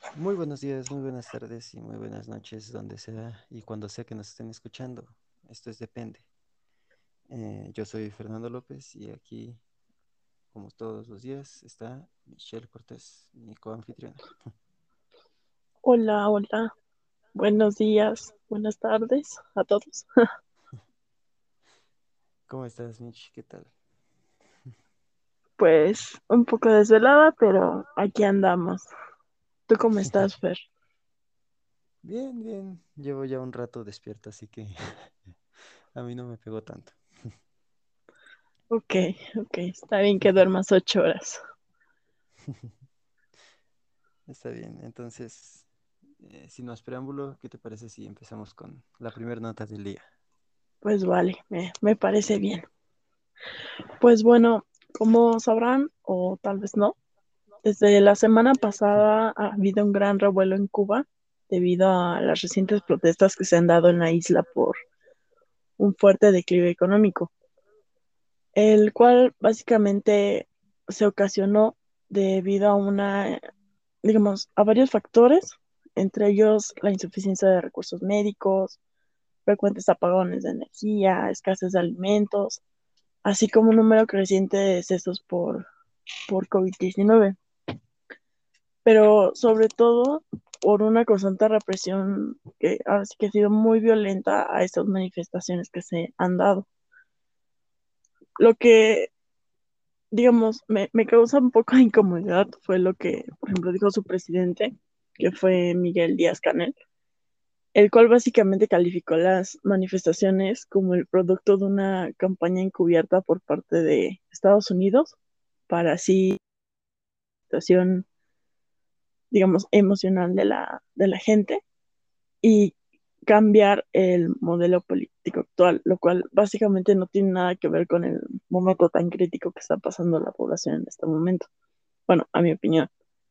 Muy buenos días, muy buenas tardes y muy buenas noches, donde sea y cuando sea que nos estén escuchando. Esto es Depende. Yo soy Fernando López y aquí, como todos los días, está Michelle Cortés, mi coanfitriona. Hola, hola. Buenos días, buenas tardes a todos. ¿Cómo estás, Mich? ¿Qué tal? Pues un poco desvelada, pero aquí andamos. ¿Tú cómo estás, Fer? Bien, bien. Llevo ya un rato despierto, así que a mí no me pegó tanto. Ok, ok. Está bien que duermas 8 horas. Está bien. Entonces, sin más preámbulo, ¿qué te parece si empezamos con la primera nota del día? Pues vale, me parece bien. Pues bueno, como sabrán, o tal vez no, desde la semana pasada ha habido un gran revuelo en Cuba debido a las recientes protestas que se han dado en la isla por un fuerte declive económico, el cual básicamente se ocasionó debido a digamos, a varios factores, entre ellos la insuficiencia de recursos médicos, frecuentes apagones de energía, escasez de alimentos, así como un número creciente de decesos por COVID-19, pero sobre todo por una constante represión que ahora sí que ha sido muy violenta a estas manifestaciones que se han dado. Lo que digamos, me causa un poco de incomodidad fue lo que, por ejemplo, dijo su presidente, que fue Miguel Díaz Canel, el cual básicamente calificó las manifestaciones como el producto de una campaña encubierta por parte de Estados Unidos para así situación, digamos, emocional de la gente y cambiar el modelo político actual, lo cual básicamente no tiene nada que ver con el momento tan crítico que está pasando la población en este momento. Bueno, a mi opinión.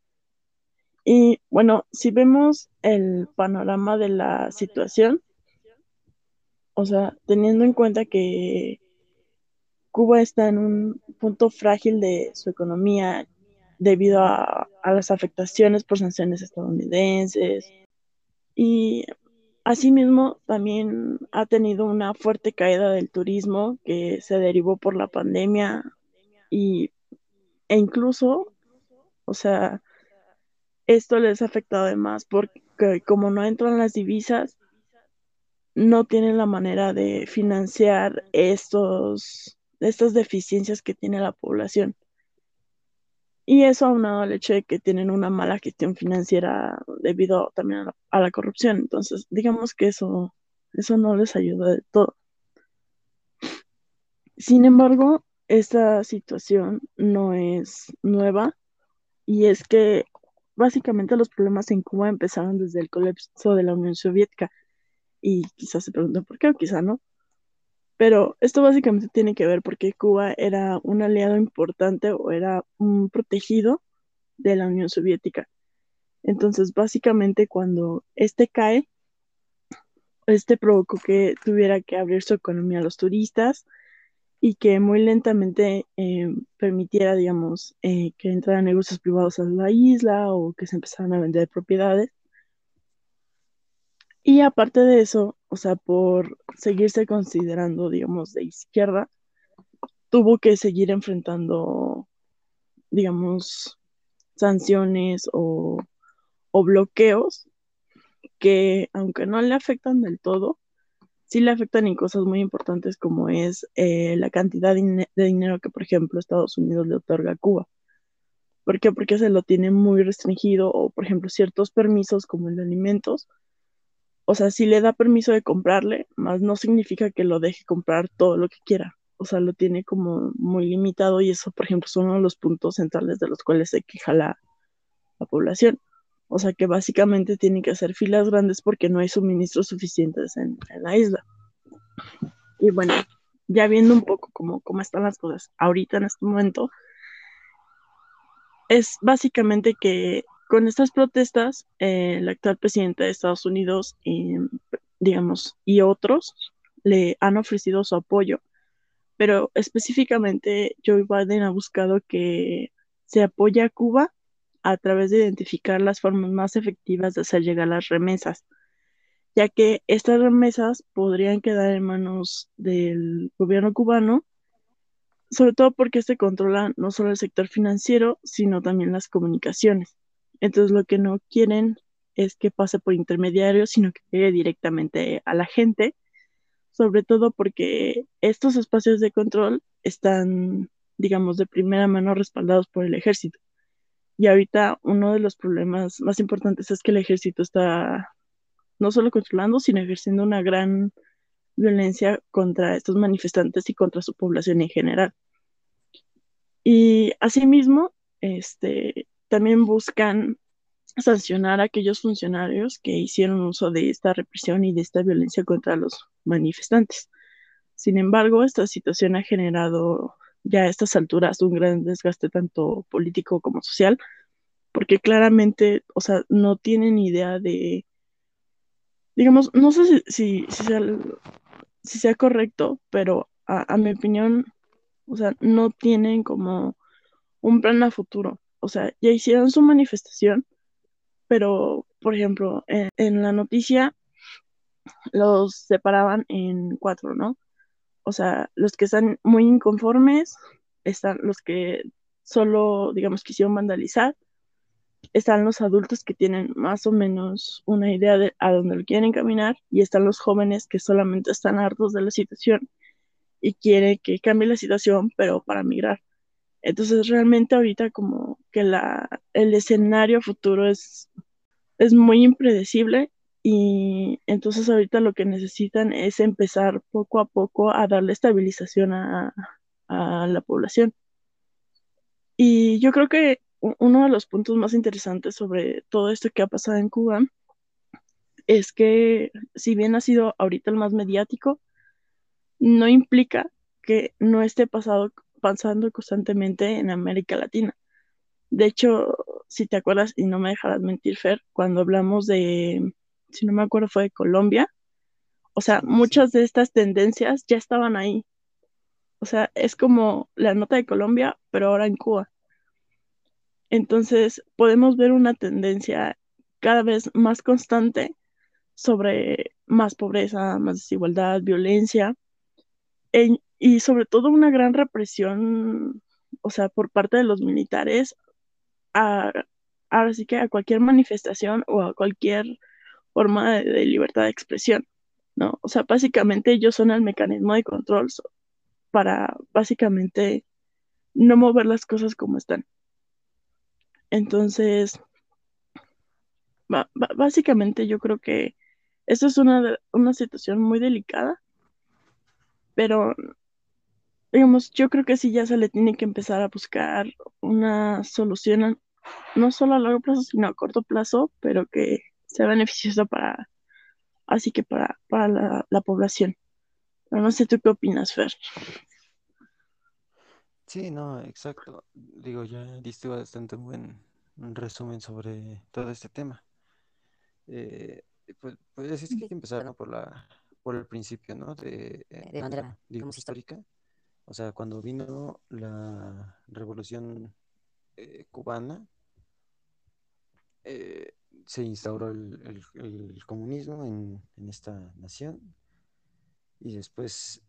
Y bueno, si vemos el panorama de la situación, o sea, teniendo en cuenta que Cuba está en un punto frágil de su economía debido a las afectaciones por sanciones estadounidenses y asimismo también ha tenido una fuerte caída del turismo que se derivó por la pandemia y, e incluso, o sea, esto les ha afectado además porque como no entran las divisas, no tienen la manera de financiar estas deficiencias que tiene la población. Y eso aunado al hecho de que tienen una mala gestión financiera debido también a a la corrupción. Entonces, digamos que eso no les ayuda de todo. Sin embargo, esta situación no es nueva y es que básicamente los problemas en Cuba empezaron desde el colapso de la Unión Soviética y quizás se preguntan por qué o quizá no. Pero esto básicamente tiene que ver porque Cuba era un aliado importante o era un protegido de la Unión Soviética. Entonces, básicamente cuando este cae, este provocó que tuviera que abrir su economía a los turistas y que muy lentamente permitiera, digamos, que entraran negocios privados a la isla o que se empezaran a vender propiedades. Y aparte de eso, o sea, por seguirse considerando, digamos, de izquierda, tuvo que seguir enfrentando, digamos, sanciones o bloqueos que, aunque no le afectan del todo, sí le afectan en cosas muy importantes como es la cantidad de dinero que, por ejemplo, Estados Unidos le otorga a Cuba. ¿Por qué? Porque se lo tiene muy restringido o, por ejemplo, ciertos permisos como el de alimentos. O sea, sí le da permiso de comprarle, más no significa que lo deje comprar todo lo que quiera. O sea, lo tiene como muy limitado y eso, por ejemplo, es uno de los puntos centrales de los cuales se queja la población. O sea, que básicamente tienen que hacer filas grandes porque no hay suministros suficientes en la isla. Y bueno, ya viendo un poco cómo están las cosas ahorita en este momento, es básicamente que con estas protestas, el actual presidente de Estados Unidos, digamos, y otros le han ofrecido su apoyo, pero específicamente Joe Biden ha buscado que se apoye a Cuba a través de identificar las formas más efectivas de hacer llegar las remesas, ya que estas remesas podrían quedar en manos del gobierno cubano, sobre todo porque este controla no solo el sector financiero, sino también las comunicaciones. Entonces lo que no quieren es que pase por intermediarios, sino que llegue directamente a la gente, sobre todo porque estos espacios de control están, digamos, de primera mano respaldados por el ejército. Y ahorita uno de los problemas más importantes es que el ejército está no solo controlando, sino ejerciendo una gran violencia contra estos manifestantes y contra su población en general. Y asimismo, también buscan sancionar a aquellos funcionarios que hicieron uso de esta represión y de esta violencia contra los manifestantes. Sin embargo, esta situación ha generado ya a estas alturas un gran desgaste tanto político como social, porque claramente, o sea, no tienen idea de, digamos, no sé si sea correcto, pero a mi opinión, o sea, no tienen como un plan a futuro. O sea, ya hicieron su manifestación, pero, por ejemplo, en la noticia los separaban en cuatro, ¿no? O sea, los que están muy inconformes, están los que solo, digamos, quisieron vandalizar, están los adultos que tienen más o menos una idea de a dónde lo quieren caminar y están los jóvenes que solamente están hartos de la situación y quieren que cambie la situación, pero para migrar. Entonces, realmente ahorita como que el escenario futuro es muy impredecible y entonces ahorita lo que necesitan es empezar poco a poco a darle estabilización a la población. Y yo creo que uno de los puntos más interesantes sobre todo esto que ha pasado en Cuba es que si bien ha sido ahorita el más mediático, no implica que no esté pasando constantemente en América Latina. De hecho, si te acuerdas, y no me dejarás mentir, Fer, cuando hablamos de, si no me acuerdo, fue de Colombia, o sea, Sí, sí. muchas de estas tendencias ya estaban ahí. O sea, es como la nota de Colombia, pero ahora en Cuba. Entonces, podemos ver una tendencia cada vez más constante sobre más pobreza, más desigualdad, violencia, y sobre todo una gran represión, o sea, por parte de los militares a, ahora sí que a cualquier manifestación o a cualquier forma de libertad de expresión, ¿no? O sea, básicamente ellos son el mecanismo de control para básicamente no mover las cosas como están. Entonces, básicamente yo creo que esto es una situación muy delicada, pero digamos, yo creo que sí ya se le tiene que empezar a buscar una solución, no solo a largo plazo, sino a corto plazo, pero que sea beneficiosa así que para la población. Pero no sé tú qué opinas, Fer. Sí, no, exacto. Digo, ya diste bastante buen resumen sobre todo este tema. Pues es que hay que empezar, ¿no? por el principio, ¿no? De manera, digamos, histórica. O sea, cuando vino la revolución cubana, eh, se instauró el comunismo en esta nación y después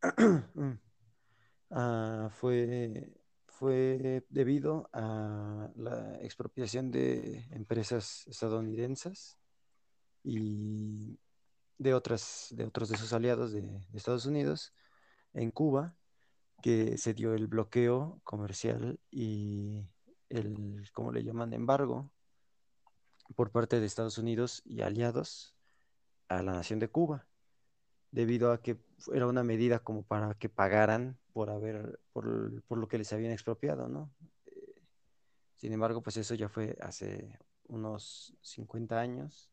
fue debido a la expropiación de empresas estadounidenses y de otros de sus aliados de Estados Unidos en Cuba, que se dio el bloqueo comercial y ¿cómo le llaman? Embargo por parte de Estados Unidos y aliados a la nación de Cuba, debido a que era una medida como para que pagaran por lo que les habían expropiado, ¿no? Eh, Sin embargo, pues eso ya fue hace unos 50 años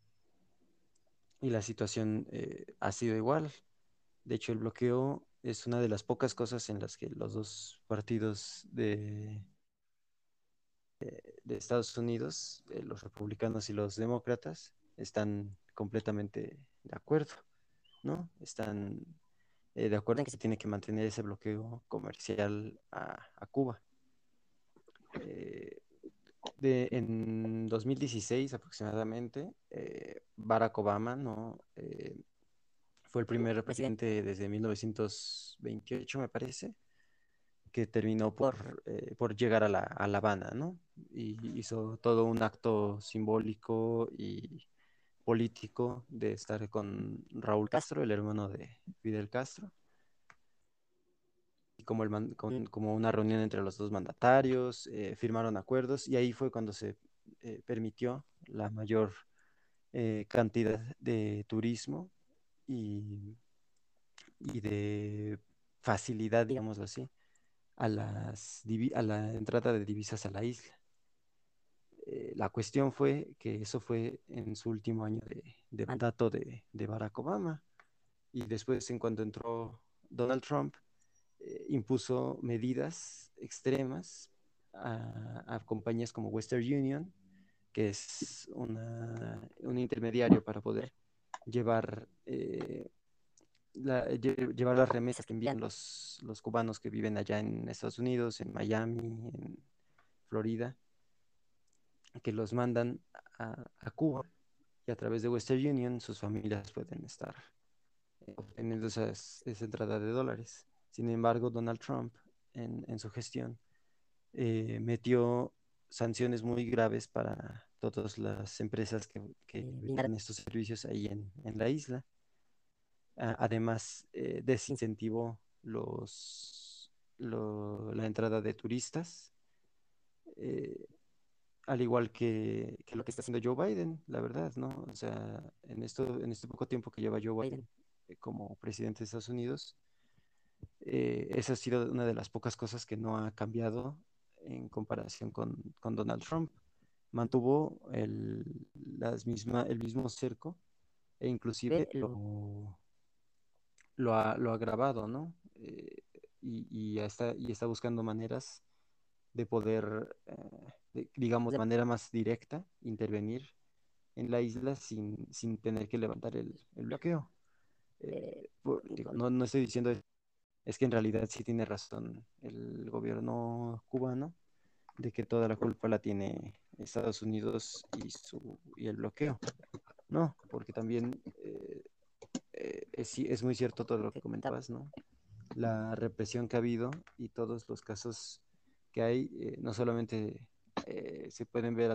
y la situación ha sido igual. De hecho, el bloqueo es una de las pocas cosas en las que los dos partidos de Estados Unidos, los republicanos y los demócratas, están completamente de acuerdo, ¿no? Están de acuerdo en que se tiene que mantener ese bloqueo comercial a Cuba. Eh, En 2016 aproximadamente, Barack Obama, ¿no? Fue el primer presidente desde 1928, me parece, que terminó por llegar a a La Habana, ¿no? Y hizo todo un acto simbólico y político de estar con Raúl Castro, el hermano de Fidel Castro, y como, como una reunión entre los dos mandatarios, firmaron acuerdos y ahí fue cuando se permitió la mayor cantidad de turismo y, y de facilidad, digámoslo así, a a la entrada de divisas a la isla. La cuestión fue que eso fue en su último año de mandato de Barack Obama y después en cuanto entró Donald Trump, impuso medidas extremas a compañías como Western Union, que es un intermediario para poder llevar, llevar las remesas que envían los cubanos que viven allá en Estados Unidos, en Miami, en Florida, que los mandan a Cuba y a través de Western Union sus familias pueden estar obteniendo esa entrada de dólares. Sin embargo, Donald Trump en su gestión metió sanciones muy graves para todas las empresas que brindan estos servicios ahí en la isla. Además, desincentivó la entrada de turistas, eh, al igual que lo que está haciendo Joe Biden, la verdad, ¿no? O sea, en este poco tiempo que lleva Joe Biden como presidente de Estados Unidos, esa ha sido una de las pocas cosas que no ha cambiado en comparación con Donald Trump. Mantuvo el mismo cerco e inclusive lo ha agravado, ¿no? Y está buscando maneras de poder, digamos, de manera más directa, intervenir en la isla sin tener que levantar el bloqueo. Digo, no estoy diciendo, es que en realidad sí tiene razón el gobierno cubano de que toda la culpa la tiene Estados Unidos y el bloqueo. No, porque también es muy cierto todo lo que comentabas, ¿no? La represión que ha habido y todos los casos que hay, no solamente se pueden ver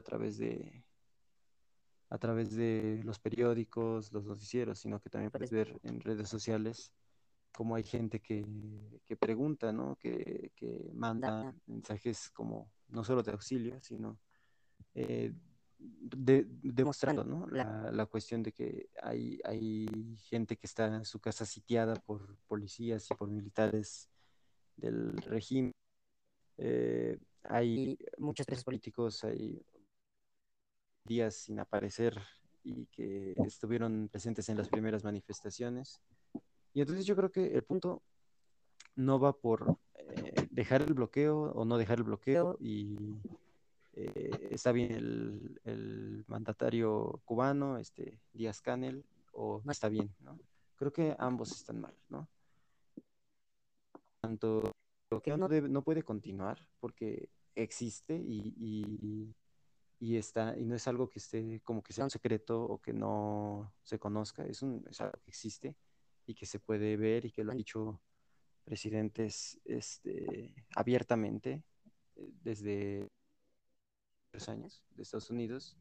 a través de los periódicos, los noticieros, sino que también puedes ver en redes sociales cómo hay gente que pregunta, ¿no? Que manda mensajes como no solo de auxilio, sino demostrando, ¿no? La cuestión de que hay gente que está en su casa sitiada por policías y por militares del régimen. Hay muchos presos políticos, hay días sin aparecer y que estuvieron presentes en las primeras manifestaciones. Y entonces yo creo que el punto no va por dejar el bloqueo o no dejar el bloqueo y está bien el mandatario cubano, Díaz Canel, o no está bien, ¿no? Creo que ambos están mal, ¿no? Tanto el bloqueo no puede continuar porque existe y está, y no es algo que esté como que sea un secreto o que no se conozca, es algo que existe y que se puede ver y que lo han dicho presidentes abiertamente desde los años de Estados Unidos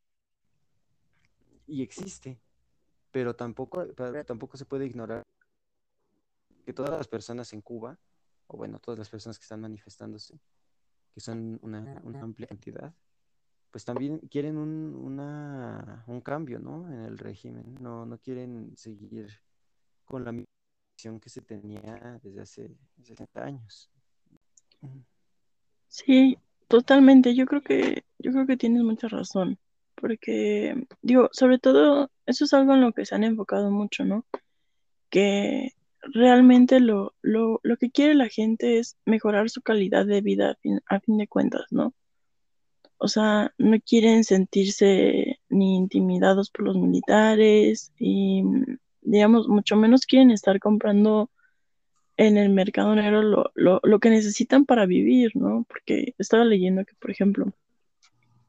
y existe, pero tampoco se puede ignorar que todas las personas en Cuba, o bueno, todas las personas que están manifestándose, que son una amplia cantidad, pues también quieren un cambio, ¿no? En el régimen, no quieren seguir con la misión que se tenía desde hace 70 años. Sí, totalmente. Yo creo que tienes mucha razón, porque digo, sobre todo eso es algo en lo que se han enfocado mucho, ¿no? Que realmente lo que quiere la gente es mejorar su calidad de vida a fin de cuentas, ¿no? O sea, no quieren sentirse ni intimidados por los militares y, digamos, mucho menos quieren estar comprando en el mercado negro lo que necesitan para vivir, ¿no? Porque estaba leyendo que, por ejemplo,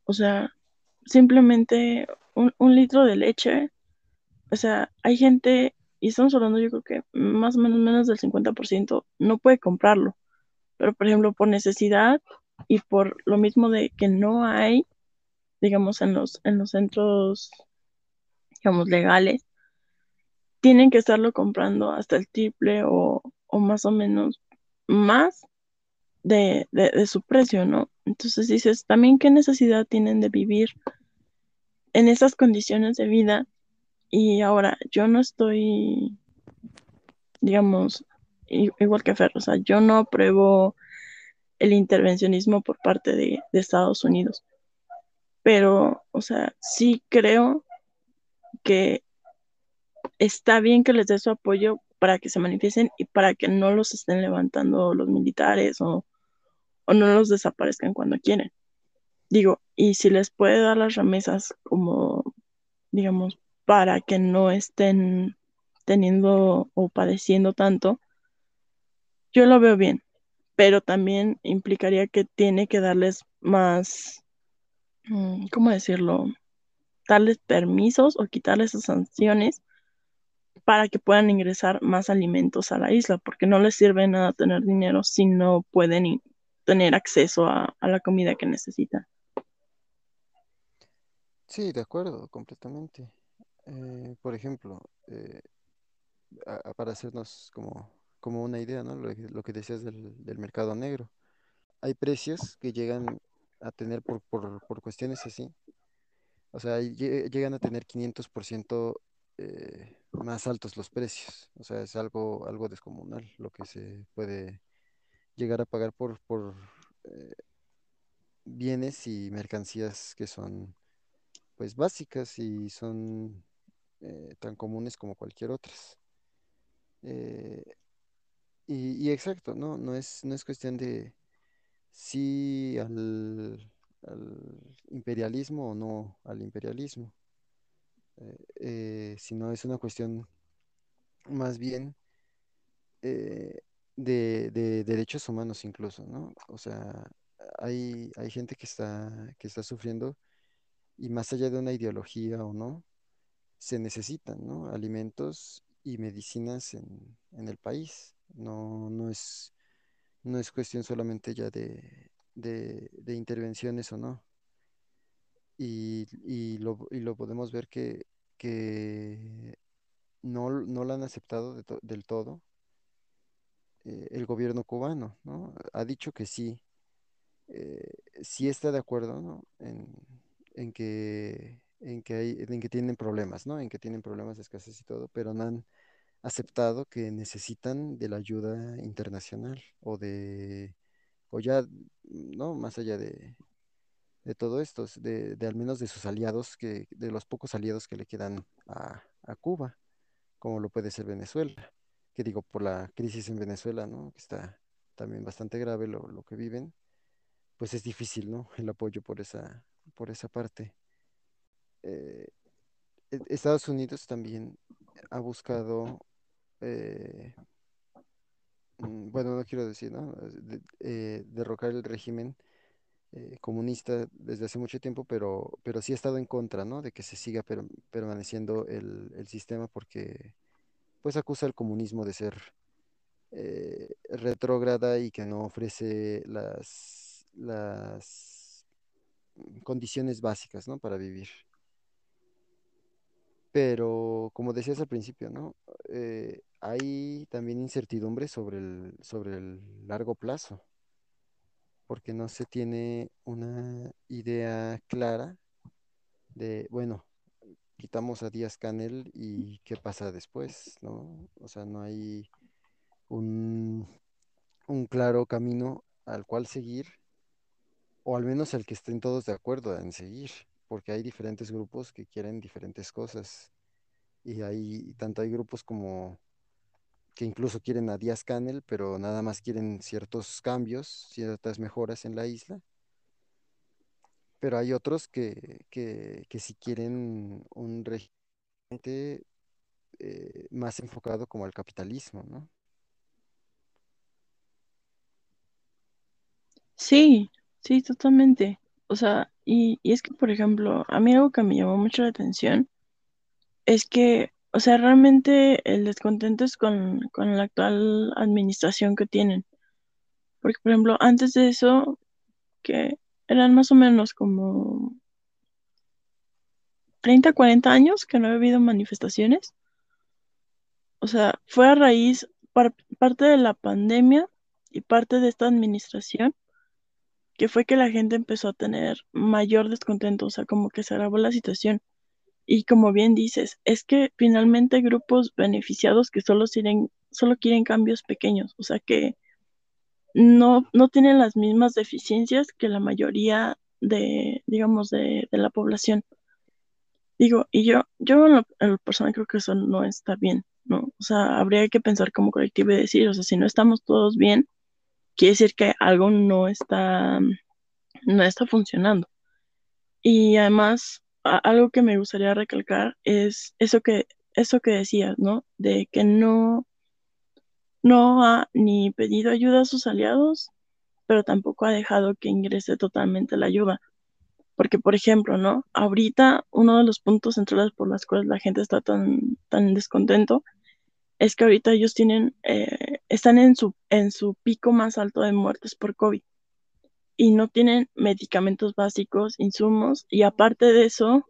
O sea, simplemente un litro de leche, o sea, hay gente, y estamos hablando yo creo que más o menos del 50% no puede comprarlo, pero por ejemplo por necesidad y por lo mismo de que no hay, digamos, en los centros, digamos, legales, tienen que estarlo comprando hasta el triple o más o menos más de su precio, ¿no? Entonces dices, también qué necesidad tienen de vivir en esas condiciones de vida. Y ahora, yo no estoy, digamos, igual que Fer, o sea, yo no apruebo el intervencionismo por parte de Estados Unidos, pero, o sea, sí creo que está bien que les dé su apoyo para que se manifiesten y para que no los estén levantando los militares o no los desaparezcan cuando quieren. Digo, y si les puede dar las remesas como, digamos, para que no estén teniendo o padeciendo tanto, yo lo veo bien, pero también implicaría que tiene que darles más, ¿cómo decirlo? Darles permisos o quitarles esas sanciones para que puedan ingresar más alimentos a la isla, porque no les sirve nada tener dinero si no pueden tener acceso a la comida que necesitan. Sí, de acuerdo, completamente. Por ejemplo, para hacernos como una idea, ¿no? Lo que decías del mercado negro. Hay precios que llegan a tener por cuestiones así. O sea, llegan a tener 500% más altos los precios. O sea, es algo descomunal lo que se puede llegar a pagar por eh, bienes y mercancías que son pues básicas y son tan comunes como cualquier otras. Eh, y exacto, ¿no? No es cuestión de sí al imperialismo o no al imperialismo, sino es una cuestión más bien de derechos humanos incluso, ¿no? O sea, hay gente que está sufriendo y más allá de una ideología o no, se necesitan, ¿no? Alimentos y medicinas en el país. No es cuestión solamente ya de intervenciones o no. Y lo podemos ver que no lo han aceptado del todo el gobierno cubano, ¿no? Ha dicho que sí, eh, sí está de acuerdo, ¿no? En que tienen problemas, ¿no? En que tienen problemas de escasez y todo, pero no han aceptado que necesitan de la ayuda internacional o ya, ¿no? Más allá de todo esto, de al menos de sus aliados, de los pocos aliados que le quedan a Cuba, como lo puede ser Venezuela, que digo, por la crisis en Venezuela, ¿no? Que está también bastante grave lo que viven, pues es difícil, ¿no? El apoyo por esa parte. Eh, Estados Unidos también ha buscado, eh, bueno, no quiero decir, ¿no? Derrocar el régimen comunista desde hace mucho tiempo, pero sí ha estado en contra, ¿no? De que se siga permaneciendo el sistema porque pues acusa al comunismo de ser retrógrada y que no ofrece las condiciones básicas, ¿no? Para vivir. Pero como decías al principio, ¿no? Hay también incertidumbre sobre el largo plazo, porque no se tiene una idea clara de, bueno, quitamos a Díaz Canel y qué pasa después, ¿no? O sea, no hay un, un claro camino al cual seguir, o al menos el que estén todos de acuerdo en seguir, porque hay diferentes grupos que quieren diferentes cosas, y tanto hay grupos como que incluso quieren a Díaz Canel, pero nada más quieren ciertos cambios, ciertas mejoras en la isla, pero hay otros que sí quieren un régimen más enfocado como al capitalismo, ¿no? Sí, sí, totalmente. O sea, Y es que, por ejemplo, a mí algo que me llamó mucho la atención es que, o sea, realmente el descontento es con la actual administración que tienen. Porque, por ejemplo, antes de eso, que eran más o menos como 30 40 años que no había habido manifestaciones. O sea, fue a raíz, parte de la pandemia y parte de esta administración, que fue que la gente empezó a tener mayor descontento, o sea, como que se agravó la situación. Y como bien dices, es que finalmente hay grupos beneficiados que solo quieren cambios pequeños, o sea, que no tienen las mismas deficiencias que la mayoría de, digamos, de la población. Digo, y yo en lo personal creo que eso no está bien, ¿no? O sea, habría que pensar como colectivo y decir, o sea, si no estamos todos bien, quiere decir que algo no está funcionando. Y además, algo que me gustaría recalcar es eso que decías, ¿no? De que no ha ni pedido ayuda a sus aliados, pero tampoco ha dejado que ingrese totalmente la ayuda. Porque, por ejemplo, ¿no? Ahorita uno de los puntos centrales por los cuales la gente está tan descontento es que ahorita ellos están en su pico más alto de muertes por COVID y no tienen medicamentos básicos, insumos, y aparte de eso,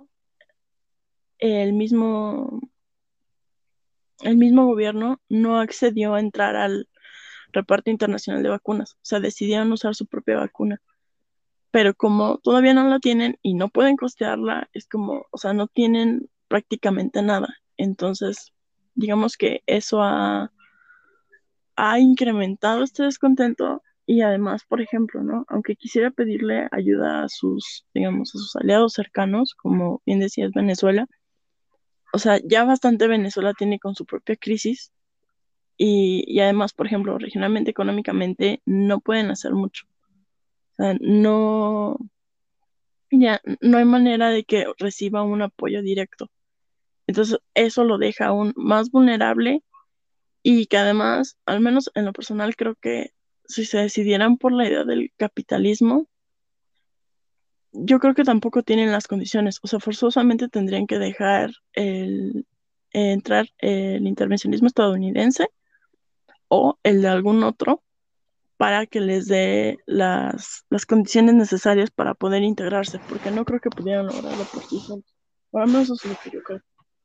el mismo, el mismo gobierno no accedió a entrar al reparto internacional de vacunas, o sea, decidieron usar su propia vacuna. Pero como todavía no la tienen y no pueden costearla, es como, o sea, no tienen prácticamente nada. Entonces, digamos que eso ha incrementado este descontento y además, por ejemplo, ¿no? Aunque quisiera pedirle ayuda a digamos, a sus aliados cercanos, como bien decías, Venezuela, o sea, ya bastante Venezuela tiene con su propia crisis y además, por ejemplo, regionalmente, económicamente, no pueden hacer mucho. O sea, ya no hay manera de que reciba un apoyo directo. Entonces, eso lo deja aún más vulnerable y que además, al menos en lo personal, creo que si se decidieran por la idea del capitalismo, yo creo que tampoco tienen las condiciones. O sea, forzosamente tendrían que dejar entrar el intervencionismo estadounidense o el de algún otro para que les dé las condiciones necesarias para poder integrarse, porque no creo que pudieran lograrlo por sí solos. Por lo menos eso es lo que yo creo.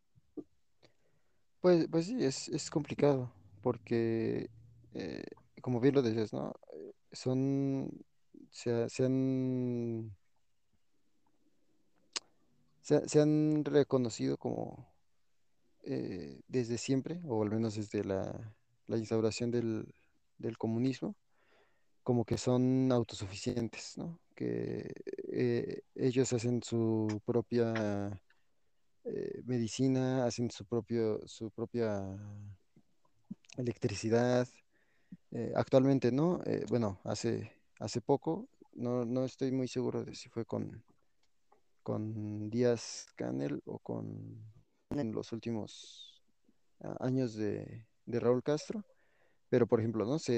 Pues sí, es complicado, porque, eh, como bien lo dices, ¿no? Son, se han, se han reconocido como desde siempre, o al menos desde la instauración del comunismo, como que son autosuficientes, ¿no? Que ellos hacen su propia medicina, hacen su propia electricidad. Actualmente no, bueno, hace poco, no estoy muy seguro de si fue con Díaz Canel o en los últimos años de Raúl Castro, pero por ejemplo, ¿no?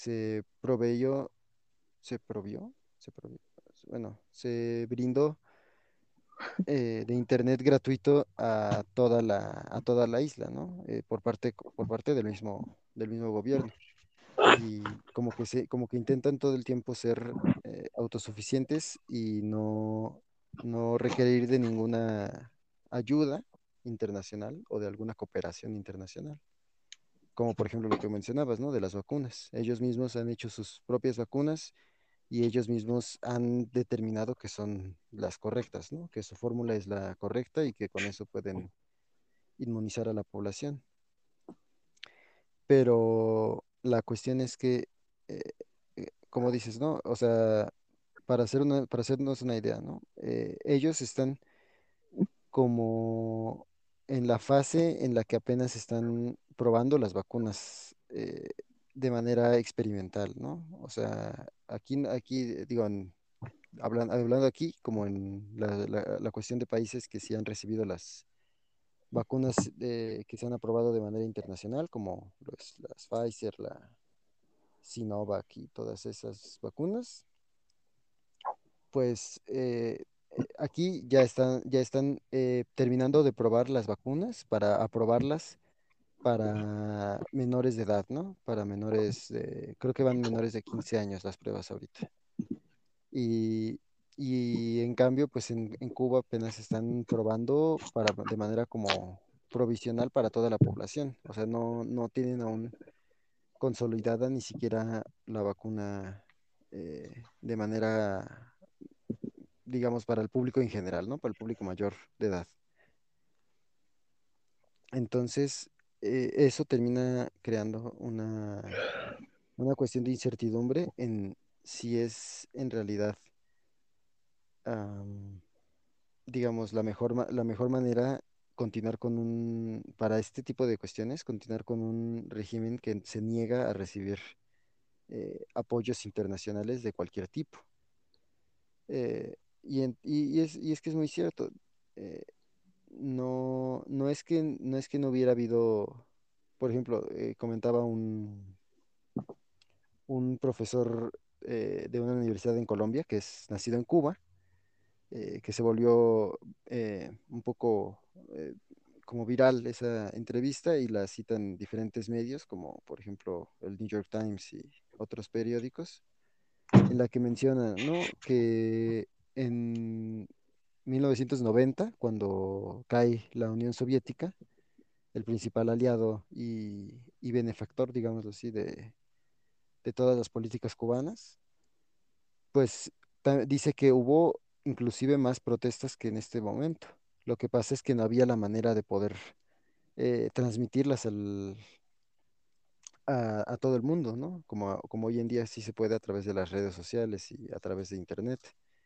Se provió, bueno, se brindó de internet gratuito a toda la isla, ¿no? Por parte del mismo gobierno. Y como que intentan todo el tiempo ser autosuficientes y no requerir de ninguna ayuda internacional o de alguna cooperación internacional. Como por ejemplo lo que mencionabas, ¿no? De las vacunas. Ellos mismos han hecho sus propias vacunas y ellos mismos han determinado que son las correctas, ¿no? Que su fórmula es la correcta y que con eso pueden inmunizar a la población. Pero la cuestión es que, eh, como dices, ¿no? O sea, para hacernos una idea, ¿no? Ellos están como en la fase en la que apenas están probando las vacunas de manera experimental, ¿no? O sea, digo, hablando aquí como en la cuestión de países que sí han recibido las vacunas que se han aprobado de manera internacional, como las Pfizer, la Sinovac y todas esas vacunas. Pues aquí ya están terminando de probar las vacunas para aprobarlas para menores de edad, ¿no? Para creo que van menores de 15 años las pruebas ahorita. Y, y en cambio, pues en Cuba apenas están probando de manera como provisional para toda la población. O sea, no tienen aún consolidada ni siquiera la vacuna de manera, digamos, para el público en general, ¿no? Para el público mayor de edad. Entonces, eso termina creando una cuestión de incertidumbre en si es en realidad, am, digamos, la mejor manera continuar para este tipo de cuestiones, continuar con un régimen que se niega a recibir apoyos internacionales de cualquier tipo. Y es que es muy cierto. eh, no es que no hubiera habido, por ejemplo, comentaba un profesor de una universidad en Colombia, que es nacido en Cuba, que se volvió un poco como viral esa entrevista y la citan diferentes medios, como por ejemplo el New York Times y otros periódicos, en la que menciona, ¿no? Que en 1990, cuando cae la Unión Soviética, el principal aliado y benefactor, digámoslo así, de todas las políticas cubanas, pues dice que hubo inclusive más protestas que en este momento. Lo que pasa es que no había la manera de poder transmitirlas a todo el mundo, ¿no? Como hoy en día sí se puede a través de las redes sociales y a través de Internet.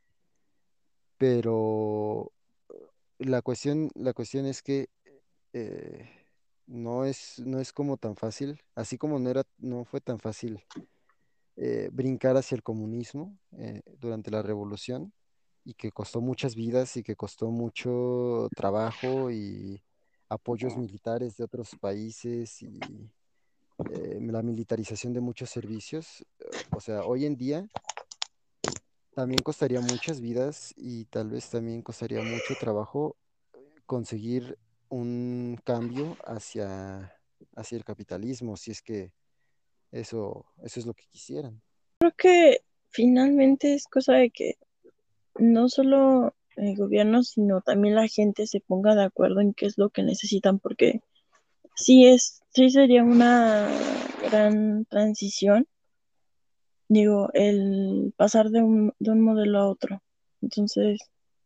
Pero la cuestión es que eh, no es como tan fácil, así como no fue tan fácil brincar hacia el comunismo durante la revolución y que costó muchas vidas y que costó mucho trabajo y apoyos militares de otros países y la militarización de muchos servicios. O sea, hoy en día también costaría muchas vidas y tal vez también costaría mucho trabajo conseguir un cambio hacia el capitalismo, si es que eso es lo que quisieran. Creo que finalmente es cosa de que no solo el gobierno, sino también la gente se ponga de acuerdo en qué es lo que necesitan, porque sí sería una gran transición, digo, el pasar de un modelo a otro. Entonces,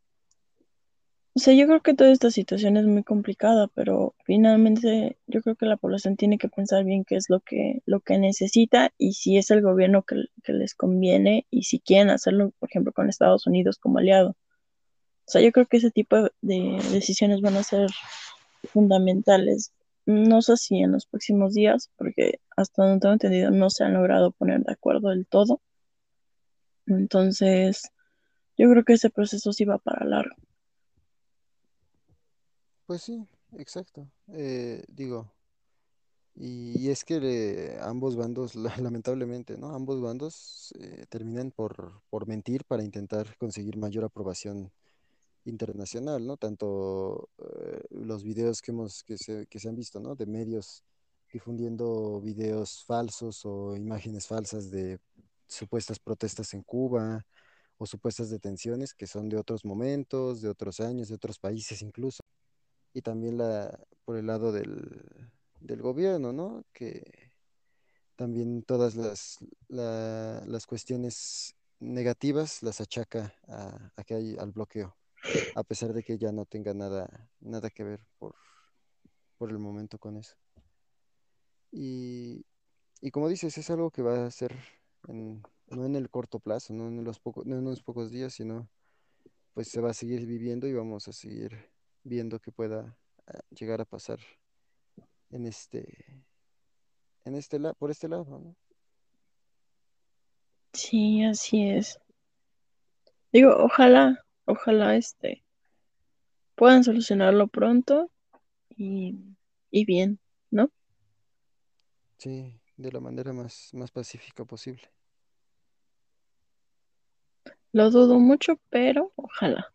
o sea, yo creo que toda esta situación es muy complicada, pero finalmente yo creo que la población tiene que pensar bien qué es lo que necesita y si es el gobierno que les conviene y si quieren hacerlo, por ejemplo, con Estados Unidos como aliado. O sea, yo creo que ese tipo de decisiones van a ser fundamentales. No sé si en los próximos días, porque hasta donde tengo entendido no se han logrado poner de acuerdo del todo. Entonces, yo creo que ese proceso sí va para largo. Pues sí, exacto. Digo, y es que ambos bandos, lamentablemente, ¿no? Ambos bandos terminan por mentir para intentar conseguir mayor aprobación internacional, ¿no? Tanto los videos que se han visto, ¿no? De medios difundiendo videos falsos o imágenes falsas de supuestas protestas en Cuba o supuestas detenciones que son de otros momentos, de otros años, de otros países incluso. Y también por el lado del gobierno, ¿no? Que también todas las cuestiones negativas las achaca a que hay al bloqueo, a pesar de que ya no tenga nada que ver por el momento con eso. Y, y como dices, es algo que va a ser no en el corto plazo, no en unos pocos días, sino pues se va a seguir viviendo y vamos a seguir viendo que pueda llegar a pasar en por este lado, ¿no? Sí, así es. Digo, ojalá puedan solucionarlo pronto y, y bien, ¿no? Sí, de la manera más pacífica posible. Lo dudo mucho, pero ojalá.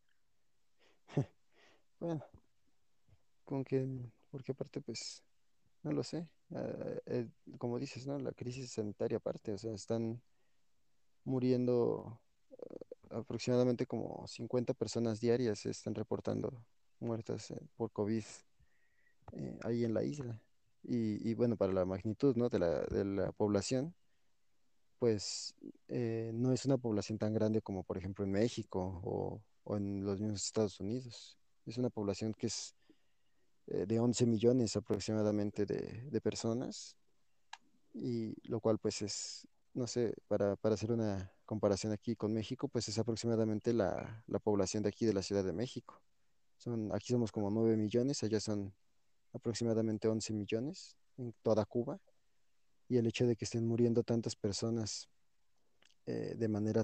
Bueno, con que, porque aparte, pues, no lo sé. Como dices, ¿no? La crisis sanitaria aparte, o sea, están muriendo aproximadamente como 50 personas diarias, se están reportando muertas por COVID ahí en la isla. Y bueno, para la magnitud, ¿no? de la población, pues no es una población tan grande como por ejemplo en México o en los mismos Estados Unidos. Es una población que es de 11 millones aproximadamente de personas, y lo cual pues es, no sé, para hacer una comparación aquí con México, pues es aproximadamente la población de aquí de la Ciudad de México. Aquí somos como 9 millones, allá son aproximadamente 11 millones en toda Cuba, y el hecho de que estén muriendo tantas personas de manera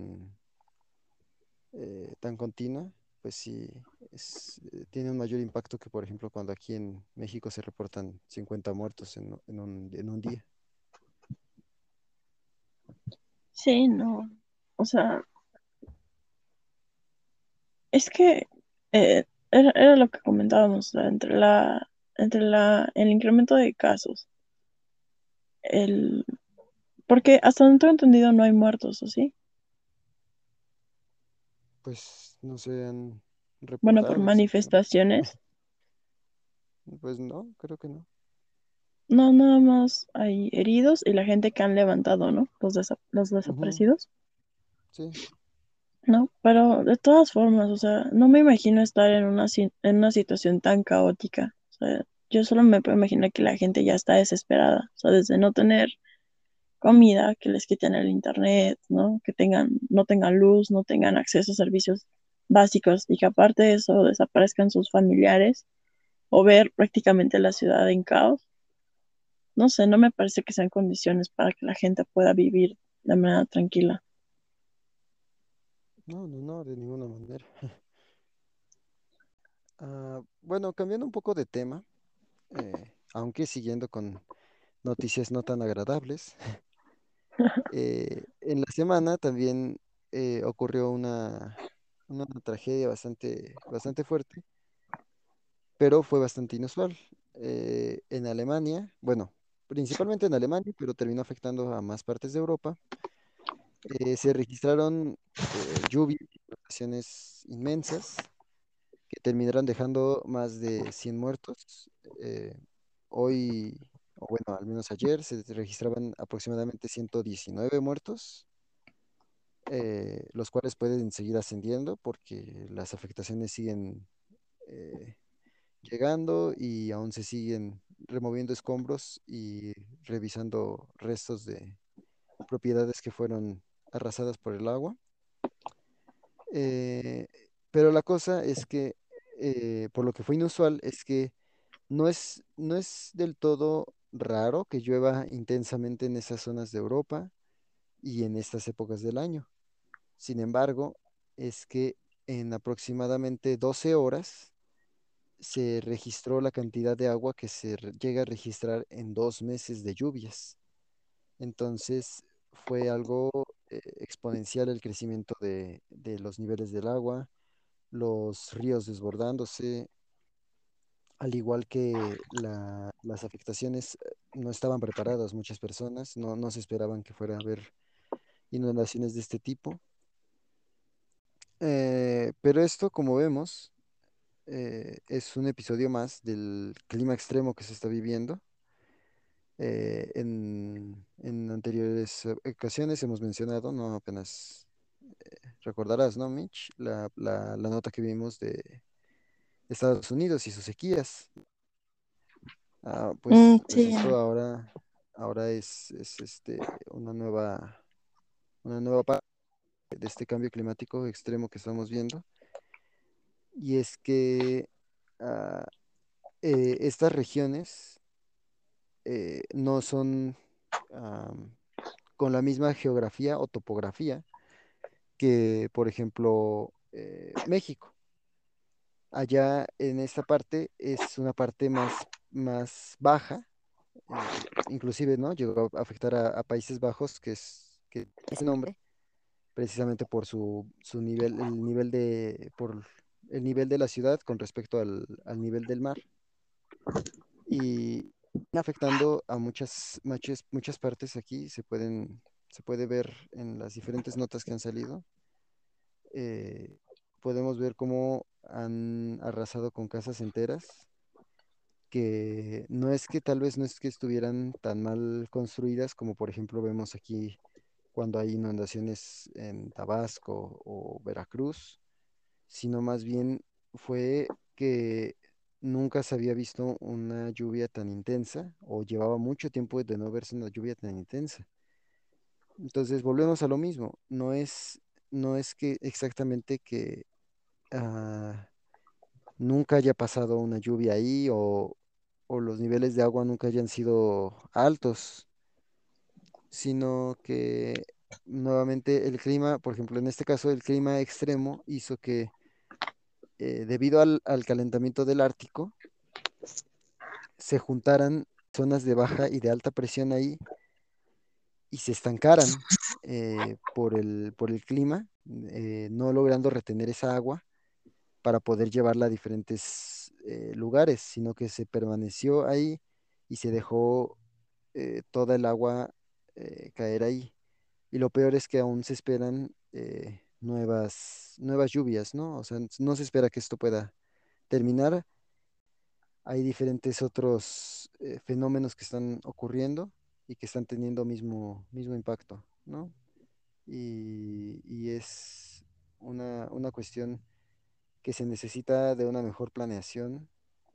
tan continua, pues sí, tiene un mayor impacto que, por ejemplo, cuando aquí en México se reportan 50 muertos en un día. Sí, no. O sea, es que era lo que comentábamos, o sea, el incremento de casos, el, porque hasta donde tengo entendido no hay muertos, ¿o sí? Pues no se han Bueno, por reportado, ¿no? manifestaciones, Pues no, creo que no. no, nada más hay heridos y la gente que han levantado, ¿no? Los Ujú, desaparecidos, sí, ¿no? Pero de todas formas, o sea, no me imagino estar en una situación tan caótica. O sea, yo solo me puedo imaginar que la gente ya está desesperada, o sea, desde no tener comida, que les quiten el internet, ¿no? Que no tengan luz, no tengan acceso a servicios básicos y que aparte de eso desaparezcan sus familiares o ver prácticamente la ciudad en caos. No sé, no me parece que sean condiciones para que la gente pueda vivir de manera tranquila. no, no, no, de ninguna manera. Bueno, cambiando un poco de tema, aunque siguiendo con noticias no tan agradables, en la semana también ocurrió una tragedia bastante fuerte, pero fue bastante inusual. En Alemania, bueno, principalmente en Alemania, pero terminó afectando a más partes de Europa, se registraron lluvias y inundaciones inmensas que terminaron dejando más de 100 muertos. Hoy, o bueno, al menos ayer, se registraban aproximadamente 119 muertos, los cuales pueden seguir ascendiendo porque las afectaciones siguen eh, llegando y aún se siguen removiendo escombros y revisando restos de propiedades que fueron arrasadas por el agua. Eh, pero la cosa es que, por lo que fue inusual, es que no es del todo raro que llueva intensamente en esas zonas de Europa y en estas épocas del año. Sin embargo, es que en aproximadamente 12 horas se registró la cantidad de agua que llega a registrar en 2 meses de lluvias. Entonces fue algo exponencial el crecimiento de los niveles del agua, los ríos desbordándose, al igual que las afectaciones. No estaban preparadas muchas personas, no se esperaban que fuera a haber inundaciones de este tipo. Pero esto, como vemos, es un episodio más del clima extremo que se está viviendo. En anteriores ocasiones hemos mencionado, no apenas recordarás, ¿no, Mitch? La nota que vimos de Estados Unidos y sus sequías. Mm, Pues sí, esto ahora es una nueva parte de este cambio climático extremo que estamos viendo. Y es que ah, estas regiones no son am, con la misma geografía o topografía que, por ejemplo, México. Allá en esta parte es una parte más baja, inclusive, ¿no? Llegó a afectar a Países Bajos, que es ese nombre. precisamente por su nivel, por el nivel de la ciudad con respecto al nivel del mar y afectando a muchas partes aquí, se puede ver en las diferentes notas que han salido, eh, podemos ver cómo han arrasado con casas enteras, que no es que tal vez no es que estuvieran tan mal construidas como por ejemplo vemos aquí cuando hay inundaciones en Tabasco o Veracruz, sino más bien fue que nunca se había visto una lluvia tan intensa o llevaba mucho tiempo de no verse una lluvia tan intensa. Entonces volvemos a lo mismo, no es que exactamente que nunca haya pasado una lluvia ahí o los niveles de agua nunca hayan sido altos, sino que nuevamente el clima, por ejemplo, en este caso el clima extremo hizo que debido al calentamiento del Ártico, se juntaran zonas de baja y de alta presión ahí y se estancaran por el clima, no logrando retener esa agua para poder llevarla a diferentes lugares, sino que se permaneció ahí y se dejó toda el agua caer ahí. Y lo peor es que aún se esperan nuevas lluvias, ¿no? O sea, no se espera que esto pueda terminar. Hay diferentes otros fenómenos que están ocurriendo y que están teniendo mismo impacto, ¿no? Y es una cuestión que se necesita de una mejor planeación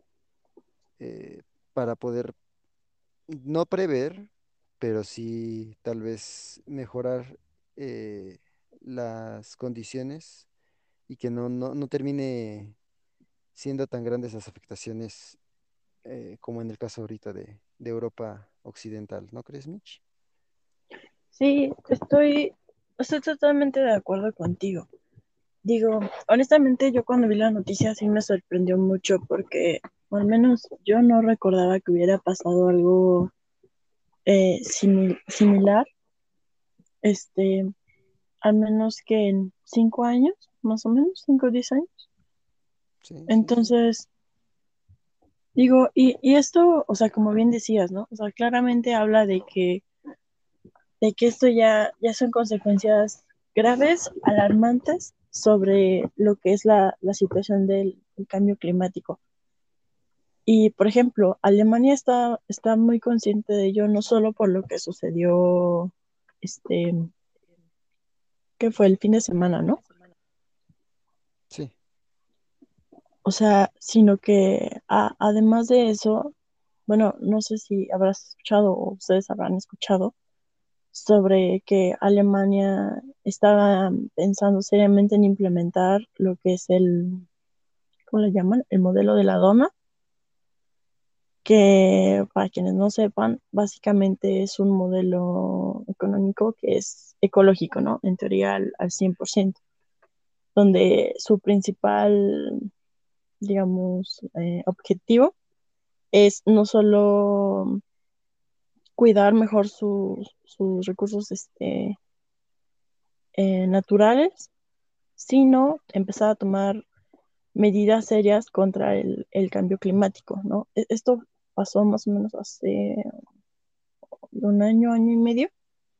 para poder no prever, pero sí tal vez mejorar las condiciones y que no termine siendo tan grandes las afectaciones como en el caso ahorita de Europa Occidental, ¿no crees, Mitch? Sí, estoy totalmente de acuerdo contigo. Digo, honestamente, yo cuando vi la noticia sí me sorprendió mucho porque, o al menos yo no recordaba que hubiera pasado algo similar, este, al menos que en 5 años, más o menos, 5 o 10 años. Sí, sí, sí, Entonces, digo, y esto, o sea, como bien decías, ¿no? O sea, claramente habla de que esto ya son consecuencias graves, alarmantes sobre lo que es la situación del cambio climático. Y, por ejemplo, Alemania está muy consciente de ello, no solo por lo que sucedió, este, que fue el fin de semana, ¿no? sí, O sea, sino que además de eso, bueno, no sé si habrás escuchado o ustedes habrán escuchado sobre que Alemania estaba pensando seriamente en implementar lo que es ¿cómo le llaman? El modelo de la dona, que para quienes no sepan, básicamente es un modelo económico que es ecológico, ¿no? En teoría al 100%, donde su principal, digamos, objetivo es no solo cuidar mejor sus recursos naturales, sino empezar a tomar medidas serias contra el cambio climático, ¿no? Esto pasó más o menos hace un año, año y medio,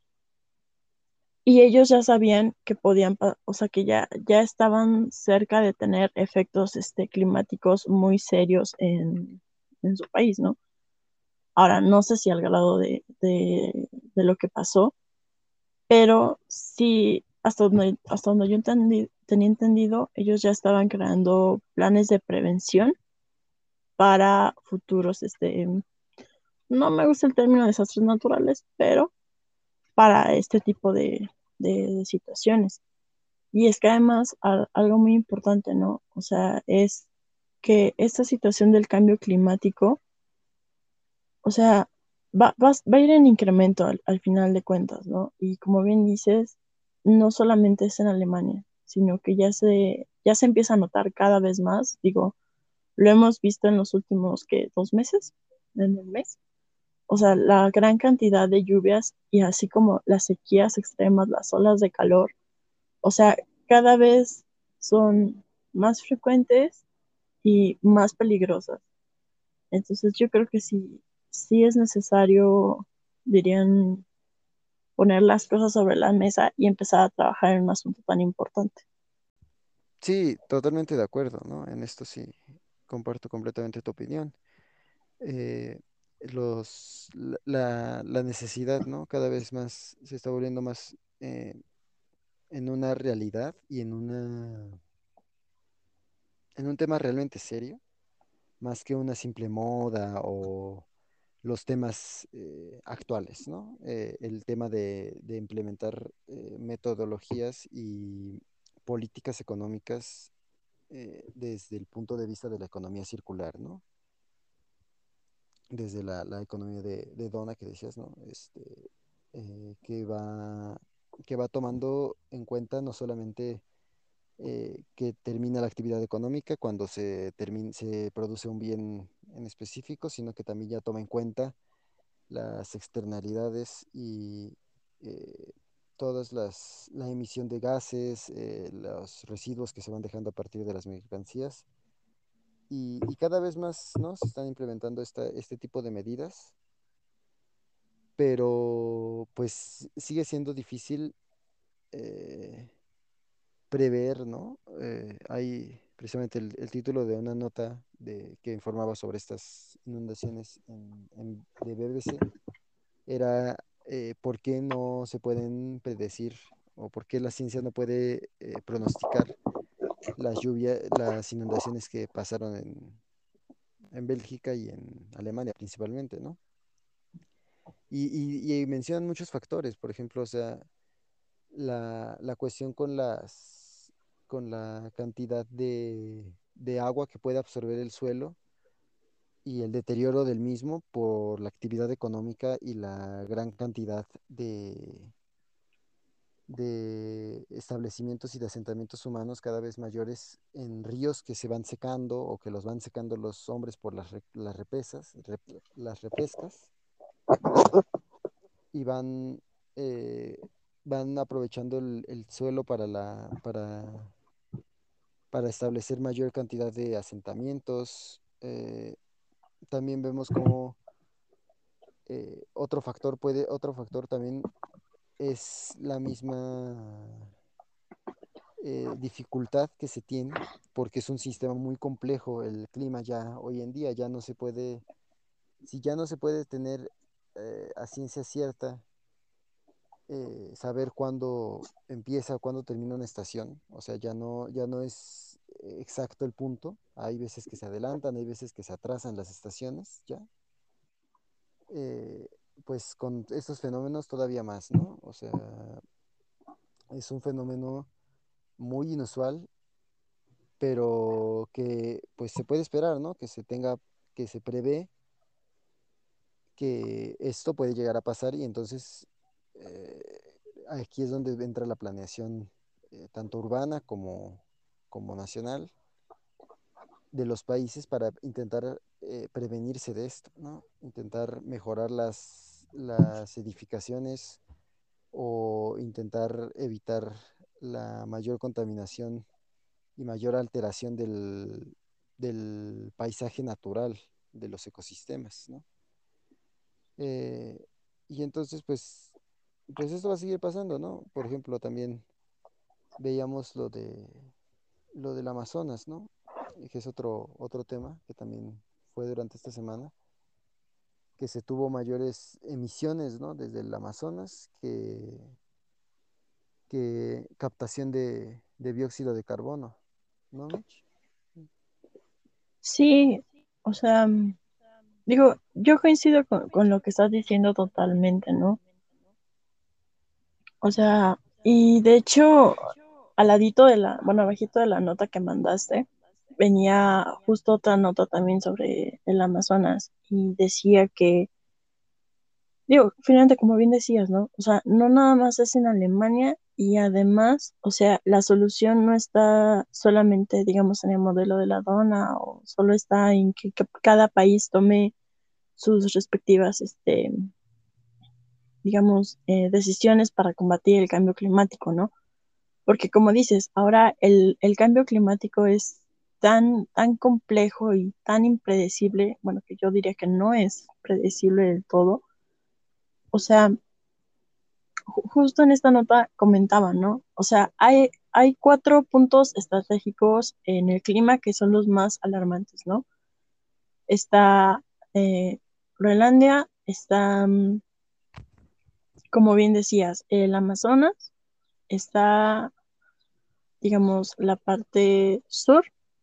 y ellos ya sabían que podían, o sea, que ya estaban cerca de tener efectos climáticos muy serios en su país, ¿no? Ahora, no sé si al grado de lo que pasó, pero sí, hasta donde yo tenía entendido, ellos ya estaban creando planes de prevención para futuros, no me gusta el término desastres naturales, pero para este tipo de situaciones. Y es que además algo muy importante, ¿no? O sea, es que esta situación del cambio climático, o sea, va a ir en incremento al final de cuentas, ¿no? Y como bien dices, no solamente es en Alemania, sino que ya se empieza a notar cada vez más. Digo, lo hemos visto en los últimos, ¿qué? 2 meses, en el mes. O sea, la gran cantidad de lluvias y así como las sequías extremas, las olas de calor. O sea, cada vez son más frecuentes y más peligrosas. Entonces yo creo que sí, sí es necesario, dirían, poner las cosas sobre la mesa y empezar a trabajar en un asunto tan importante. Sí, totalmente de acuerdo, ¿no? En esto sí comparto completamente tu opinión. Eh, la necesidad, ¿no? Cada vez más se está volviendo más en una realidad y en un tema realmente serio, más que una simple moda o los temas actuales, ¿no? El tema de implementar metodologías y políticas económicas desde el punto de vista de la economía circular, ¿no? Desde la economía de Dona que decías, ¿no? Eh, que va, que va tomando en cuenta no solamente que termina la actividad económica cuando se produce un bien en específico, sino que también ya toma en cuenta las externalidades y eh, la emisión de gases, los residuos que se van dejando a partir de las mercancías. Y cada vez más, ¿no? Se están implementando este tipo de medidas, pero pues sigue siendo difícil eh, prever, ¿no? Hay precisamente el título de una nota que informaba sobre estas inundaciones de BBC, era por qué no se pueden predecir o por qué la ciencia no puede pronosticar las lluvias, las inundaciones que pasaron en Bélgica y en Alemania principalmente, ¿no? Y mencionan muchos factores, por ejemplo, o sea, la cuestión con la cantidad de agua que puede absorber el suelo y el deterioro del mismo por la actividad económica y la gran cantidad de establecimientos y de asentamientos humanos cada vez mayores en ríos que se van secando o que los van secando los hombres por las las repescas y eh, van aprovechando el suelo para establecer mayor cantidad de asentamientos. También vemos como otro factor también es la misma dificultad que se tiene, porque es un sistema muy complejo el clima ya hoy en día, ya no se puede, si ya no se puede tener a ciencia cierta saber cuándo empieza o cuándo termina una estación, o sea, ya no es exacto el punto, hay veces que se adelantan, hay veces que se atrasan las estaciones, ya, eh, pues con estos fenómenos todavía más, ¿no? O sea, es un fenómeno muy inusual, pero que pues se puede esperar, ¿no? Que se prevé que esto puede llegar a pasar y entonces aquí es donde entra la planeación tanto urbana como nacional de los países para intentar prevenirse de esto, ¿no? Intentar mejorar las edificaciones o intentar evitar la mayor contaminación y mayor alteración del paisaje natural de los ecosistemas, ¿no? Eh, y entonces, pues esto va a seguir pasando, ¿no? Por ejemplo, también veíamos lo del Amazonas, ¿no? Que es otro tema que también fue durante esta semana, que se tuvo mayores emisiones, ¿no? Desde el Amazonas que captación de dióxido de carbono, ¿no, Mitch? Sí, o sea, digo, yo coincido con lo que estás diciendo totalmente, ¿no? O sea, y de hecho, al ladito de la, bueno, abajito de la nota que mandaste, venía justo otra nota también sobre el Amazonas y decía que, digo, finalmente como bien decías, ¿no? O sea, no nada más es en Alemania y además, o sea, la solución no está solamente, digamos, en el modelo de la dona o solo está en que cada país tome sus respectivas, digamos, decisiones para combatir el cambio climático, ¿no? porque como dices, ahora el cambio climático es tan complejo y tan impredecible, bueno, que yo diría que no es predecible del todo. O sea, justo en esta nota comentaban, ¿no? O sea, hay cuatro puntos estratégicos en el clima que son los más alarmantes, ¿no? Está Groenlandia, está, como bien decías, el Amazonas, está, digamos, la parte sur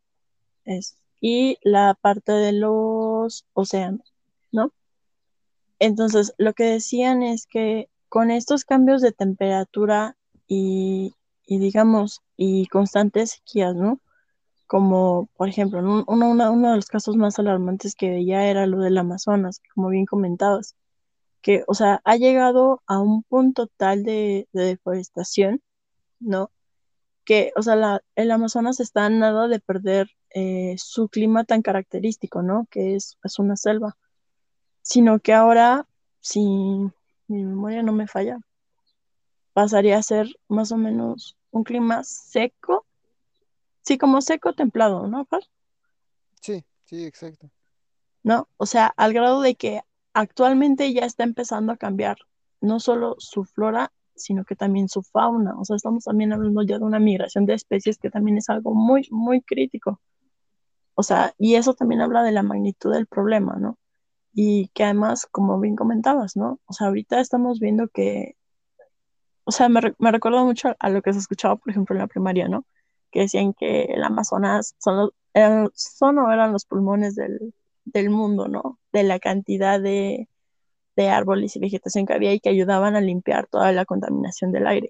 y la parte de los océanos, ¿no? Entonces, lo que decían es que con estos cambios de temperatura y, digamos, y constantes sequías, ¿no? Como, por ejemplo, uno de los casos más alarmantes que veía era lo del Amazonas, como bien comentabas, que, o sea, ha llegado a un punto tal de deforestación, ¿no? Que, o sea, el Amazonas está a nada de perder su clima tan característico, ¿no? Que es una selva, sino que ahora, si mi memoria no me falla, pasaría a ser más o menos un clima seco, sí, como seco templado, ¿no, Fer? Sí, sí, exacto. ¿No? O sea, al grado de que actualmente ya está empezando a cambiar no solo su flora, sino que también su fauna. O sea, estamos también hablando ya de una migración de especies que también es algo muy crítico. O sea, y eso también habla de la magnitud del problema, ¿no? Y que además, como bien comentabas, ¿no? O sea, ahorita estamos viendo que, o sea, me recuerda mucho a lo que se escuchaba, por ejemplo, en la primaria, ¿no? Que decían que el Amazonas son o eran los pulmones del mundo, ¿no? De la cantidad de árboles y vegetación que había y que ayudaban a limpiar toda la contaminación del aire.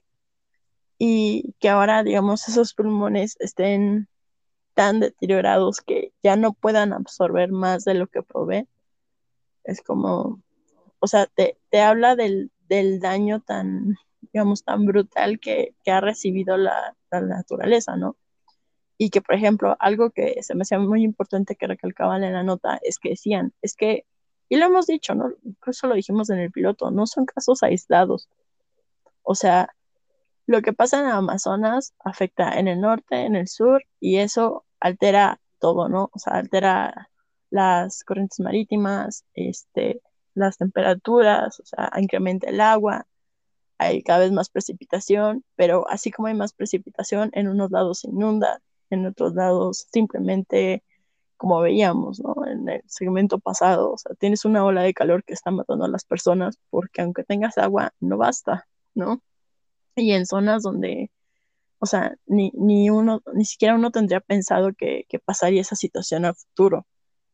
Y que ahora, digamos, esos pulmones estén tan deteriorados que ya no puedan absorber más de lo que proveen. Es como, o sea, te habla del daño tan, digamos, tan brutal que ha recibido la naturaleza, ¿no? Y que, por ejemplo, algo que se me hacía muy importante que recalcaban en la nota es que decían, es que, y lo hemos dicho, ¿no? Incluso lo dijimos en el piloto, no son casos aislados. O sea, lo que pasa en Amazonas afecta en el norte, en el sur, y eso altera todo, ¿no? O sea, altera las corrientes marítimas, las temperaturas, o sea, incrementa el agua, hay cada vez más precipitación, pero así como hay más precipitación, en unos lados se inunda, en otros lados simplemente, como veíamos, ¿no? En el segmento pasado, o sea, tienes una ola de calor que está matando a las personas porque aunque tengas agua, no basta, ¿no? Y en zonas donde, o sea, ni siquiera uno tendría pensado que pasaría esa situación a futuro.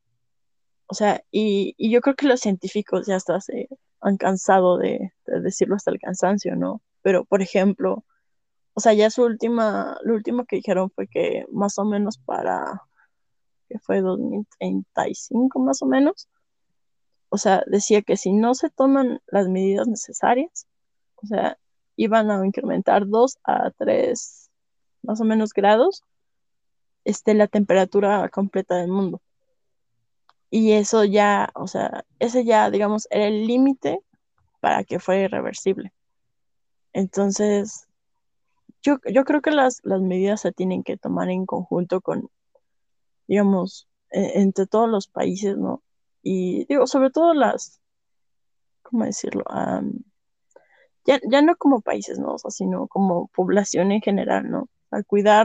O sea, y yo creo que los científicos ya hasta se han cansado de decirlo hasta el cansancio, ¿no? Pero, por ejemplo, o sea, ya lo último que dijeron fue que más o menos que fue 2035 más o menos, o sea, decía que si no se toman las medidas necesarias, o sea, iban a incrementar 2 a 3 más o menos grados, la temperatura completa del mundo. Y eso ya, o sea, ese ya, digamos, era el límite para que fuera irreversible. Entonces, yo creo que las medidas se tienen que tomar en conjunto con, digamos, entre todos los países, ¿no? Y digo, sobre todo ¿cómo decirlo? Ya no como países, ¿no? O sea, sino como población en general, ¿no? A cuidar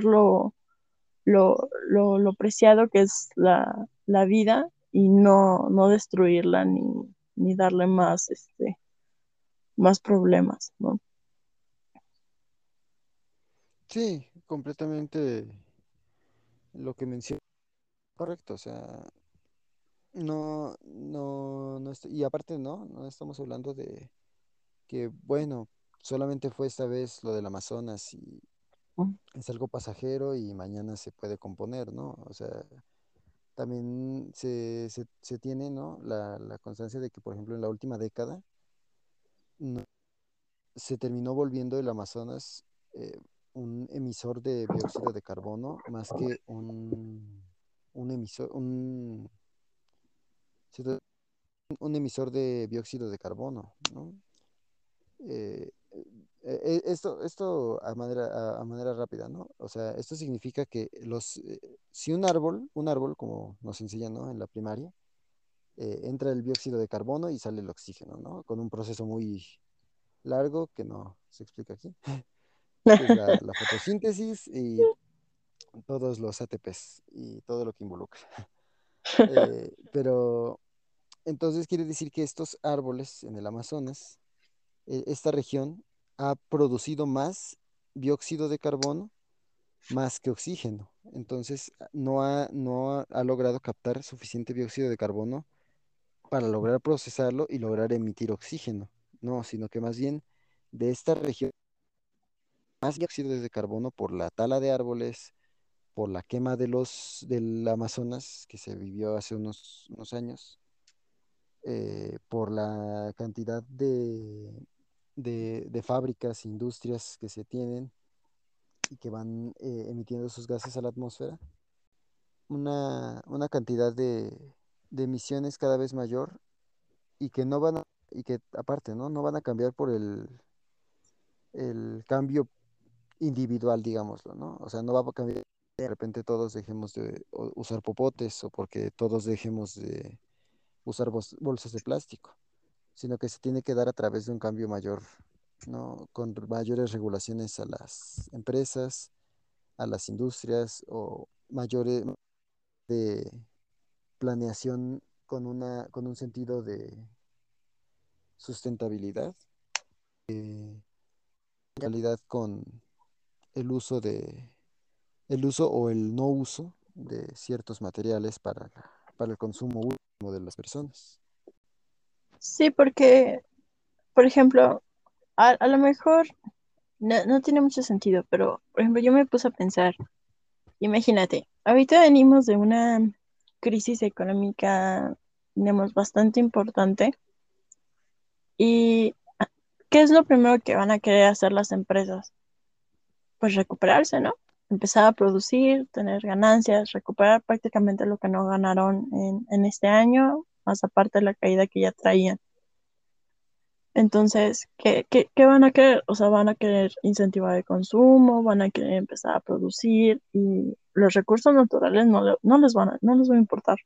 lo preciado que es la vida y no destruirla ni darle más, más problemas, ¿no? Sí, completamente lo que mencioné. Correcto, o sea, y aparte no estamos hablando de que, bueno, solamente fue esta vez lo del Amazonas y es algo pasajero y mañana se puede componer, ¿no? O sea, también se tiene, ¿no? La constancia de que, por ejemplo, en la última década no- se terminó volviendo el Amazonas un emisor de dióxido de carbono más que un emisor, se tra- un emisor de dióxido de carbono, ¿no? Eh, Esto a manera rápida, ¿no? O sea, esto significa que si un árbol, como nos enseñan, ¿no? En la primaria, entra el dióxido de carbono y sale el oxígeno, ¿no? Con un proceso muy largo que no se explica aquí, que es la fotosíntesis y todos los ATPs y todo lo que involucra. Pero entonces quiere decir que estos árboles en el Amazonas, esta región, ha producido más dióxido de carbono más que oxígeno. Entonces no ha logrado captar suficiente dióxido de carbono para lograr procesarlo y lograr emitir oxígeno. No, sino que más bien de esta región, más dióxido de carbono por la tala de árboles, por la quema del Amazonas que se vivió hace unos años, por la cantidad de fábricas, industrias que se tienen y que van emitiendo sus gases a la atmósfera, una cantidad de emisiones cada vez mayor y que no van a, y que aparte, ¿no? No van a cambiar por el cambio individual, digámoslo, ¿no? O sea, no va a cambiar de repente todos dejemos de usar popotes o porque todos dejemos de usar bolsas de plástico, sino que se tiene que dar a través de un cambio mayor, ¿no? Con mayores regulaciones a las empresas, a las industrias o mayores de planeación con un sentido de sustentabilidad, realidad con el uso el uso o el no uso de ciertos materiales para el consumo último de las personas. Sí, porque, por ejemplo, a lo mejor no tiene mucho sentido, pero, por ejemplo, yo me puse a pensar, imagínate, ahorita venimos de una crisis económica, digamos, bastante importante y ¿qué es lo primero que van a querer hacer las empresas? Pues recuperarse, ¿no? Empezar a producir, tener ganancias, recuperar prácticamente lo que no ganaron en este año, más aparte de la caída que ya traían. Entonces, ¿qué van a querer? O sea, van a querer incentivar el consumo, van a querer empezar a producir y los recursos naturales no les va a importar.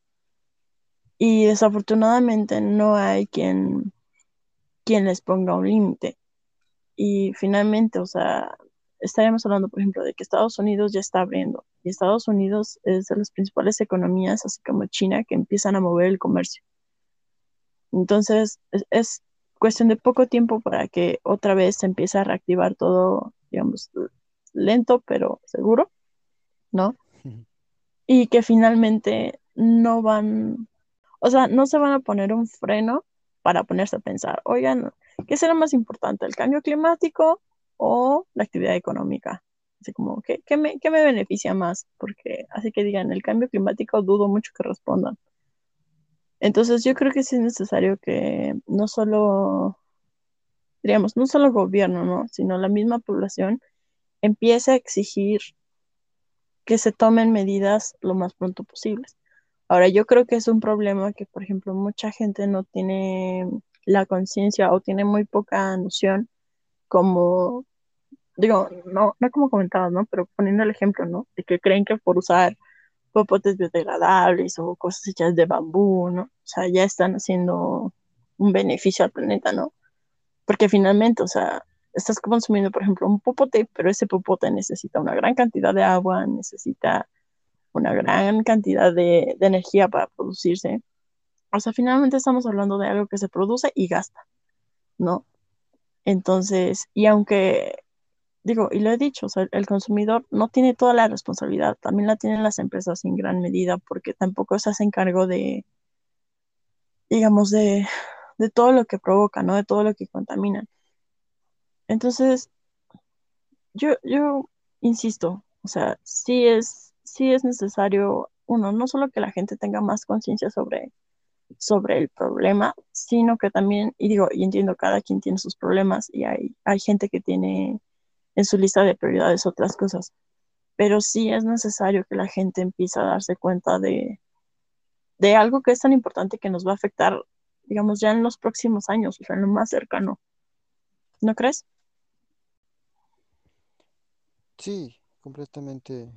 Y desafortunadamente no hay quien les ponga un límite. Y finalmente, o sea, estaríamos hablando, por ejemplo, de que Estados Unidos ya está abriendo. Y Estados Unidos es de las principales economías, así como China, que empiezan a mover el comercio. Entonces, es cuestión de poco tiempo para que otra vez se empiece a reactivar todo, digamos, lento, pero seguro, ¿no? Y que finalmente no van, o sea, no se van a poner un freno para ponerse a pensar, oigan, ¿qué será más importante, el cambio climático o la actividad económica? Así como, qué me beneficia más? Porque así que digan, el cambio climático dudo mucho que respondan. Entonces yo creo que sí es necesario que no solo, digamos, no solo el gobierno, ¿no? Sino la misma población empiece a exigir que se tomen medidas lo más pronto posibles. Ahora, yo creo que es un problema que, por ejemplo, mucha gente no tiene la conciencia o tiene muy poca noción, como, digo, no como comentabas, ¿no? Pero poniendo el ejemplo, ¿no? De que creen que por usar popotes biodegradables o cosas hechas de bambú, ¿no? O sea, ya están haciendo un beneficio al planeta, ¿no? Porque finalmente, o sea, estás consumiendo, por ejemplo, un popote, pero ese popote necesita una gran cantidad de agua, necesita una gran cantidad de energía para producirse. O sea, finalmente estamos hablando de algo que se produce y gasta, ¿no? Entonces, y aunque, digo, y lo he dicho, o sea, el consumidor no tiene toda la responsabilidad, también la tienen las empresas en gran medida, porque tampoco se hacen cargo de, digamos, de todo lo que provoca, ¿no? De todo lo que contamina. Entonces, yo insisto, o sea, sí es necesario, uno, no solo que la gente tenga más conciencia sobre el problema, sino que también, y digo, y entiendo, cada quien tiene sus problemas y hay gente que tiene en su lista de prioridades otras cosas, pero sí es necesario que la gente empiece a darse cuenta de algo que es tan importante que nos va a afectar, digamos, ya en los próximos años, o sea, en lo más cercano. ¿No crees? Sí, completamente.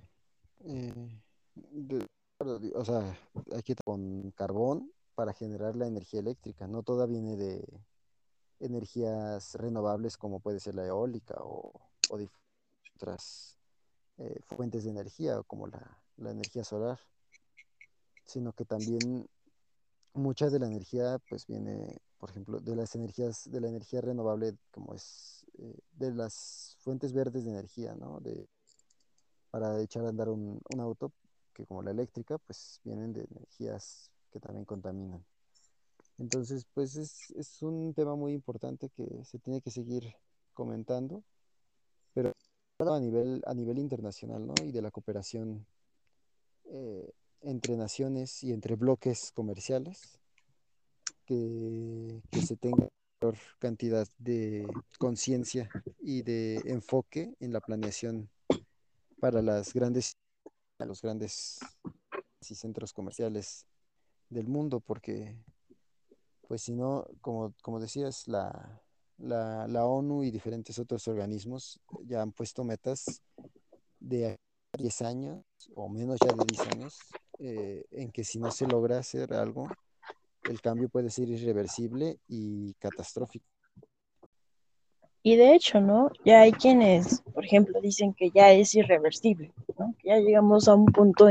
O sea, hay que con carbón para generar la energía eléctrica. No toda viene de energías renovables como puede ser la eólica o de otras fuentes de energía como la energía solar, sino que también mucha de la energía pues viene, por ejemplo, de las energías, de la energía renovable como es de las fuentes verdes de energía, ¿no? Para echar a andar un auto, que como la eléctrica, pues vienen de energías que también contaminan. Entonces, pues es un tema muy importante que se tiene que seguir comentando, pero a nivel internacional, ¿no? Y de la cooperación entre naciones y entre bloques comerciales, que se tenga mayor cantidad de conciencia y de enfoque en la planeación para los grandes y centros comerciales del mundo, porque pues si no, como decías, la ONU y diferentes otros organismos ya han puesto metas de 10 años o menos ya de 10 años, en que si no se logra hacer algo, el cambio puede ser irreversible y catastrófico. Y de hecho, ¿no? Ya hay quienes, por ejemplo, dicen que ya es irreversible, ¿no? Que ya llegamos a un punto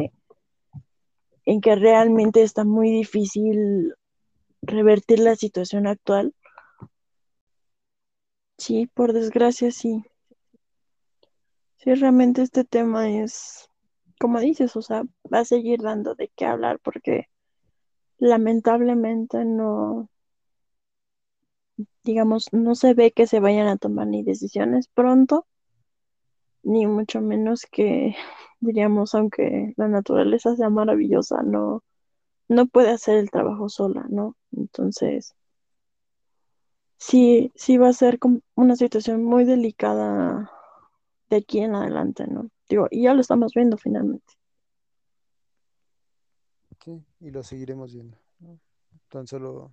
en que realmente está muy difícil revertir la situación actual. Sí, por desgracia, sí. Sí, realmente este tema es, como dices, o sea, va a seguir dando de qué hablar porque lamentablemente no, digamos, no se ve que se vayan a tomar ni decisiones pronto, ni mucho menos que, diríamos, aunque la naturaleza sea maravillosa, no, no puede hacer el trabajo sola, ¿no? Entonces, sí, sí va a ser como una situación muy delicada de aquí en adelante, ¿no? Digo, y ya lo estamos viendo finalmente. Sí, y lo seguiremos viendo, ¿no? Tan solo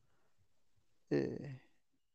eh,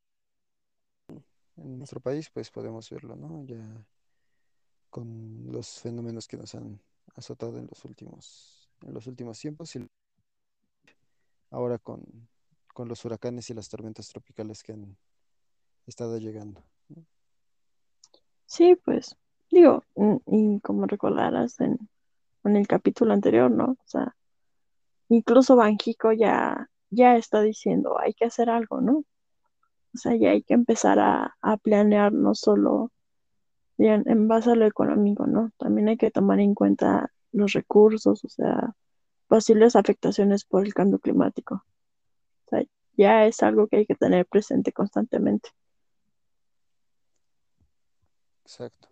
en nuestro país, pues podemos verlo, ¿no? Ya con los fenómenos que nos han azotado en los últimos tiempos y ahora con los huracanes y las tormentas tropicales que han estado llegando, ¿no? Sí, pues, digo, y como recordarás en el capítulo anterior, ¿no? O sea, incluso Banjico ya está diciendo, hay que hacer algo, ¿no? O sea, ya hay que empezar a planear no solo bien, en base a lo económico, ¿no? También hay que tomar en cuenta los recursos, o sea, posibles afectaciones por el cambio climático. O sea, ya es algo que hay que tener presente constantemente. Exacto.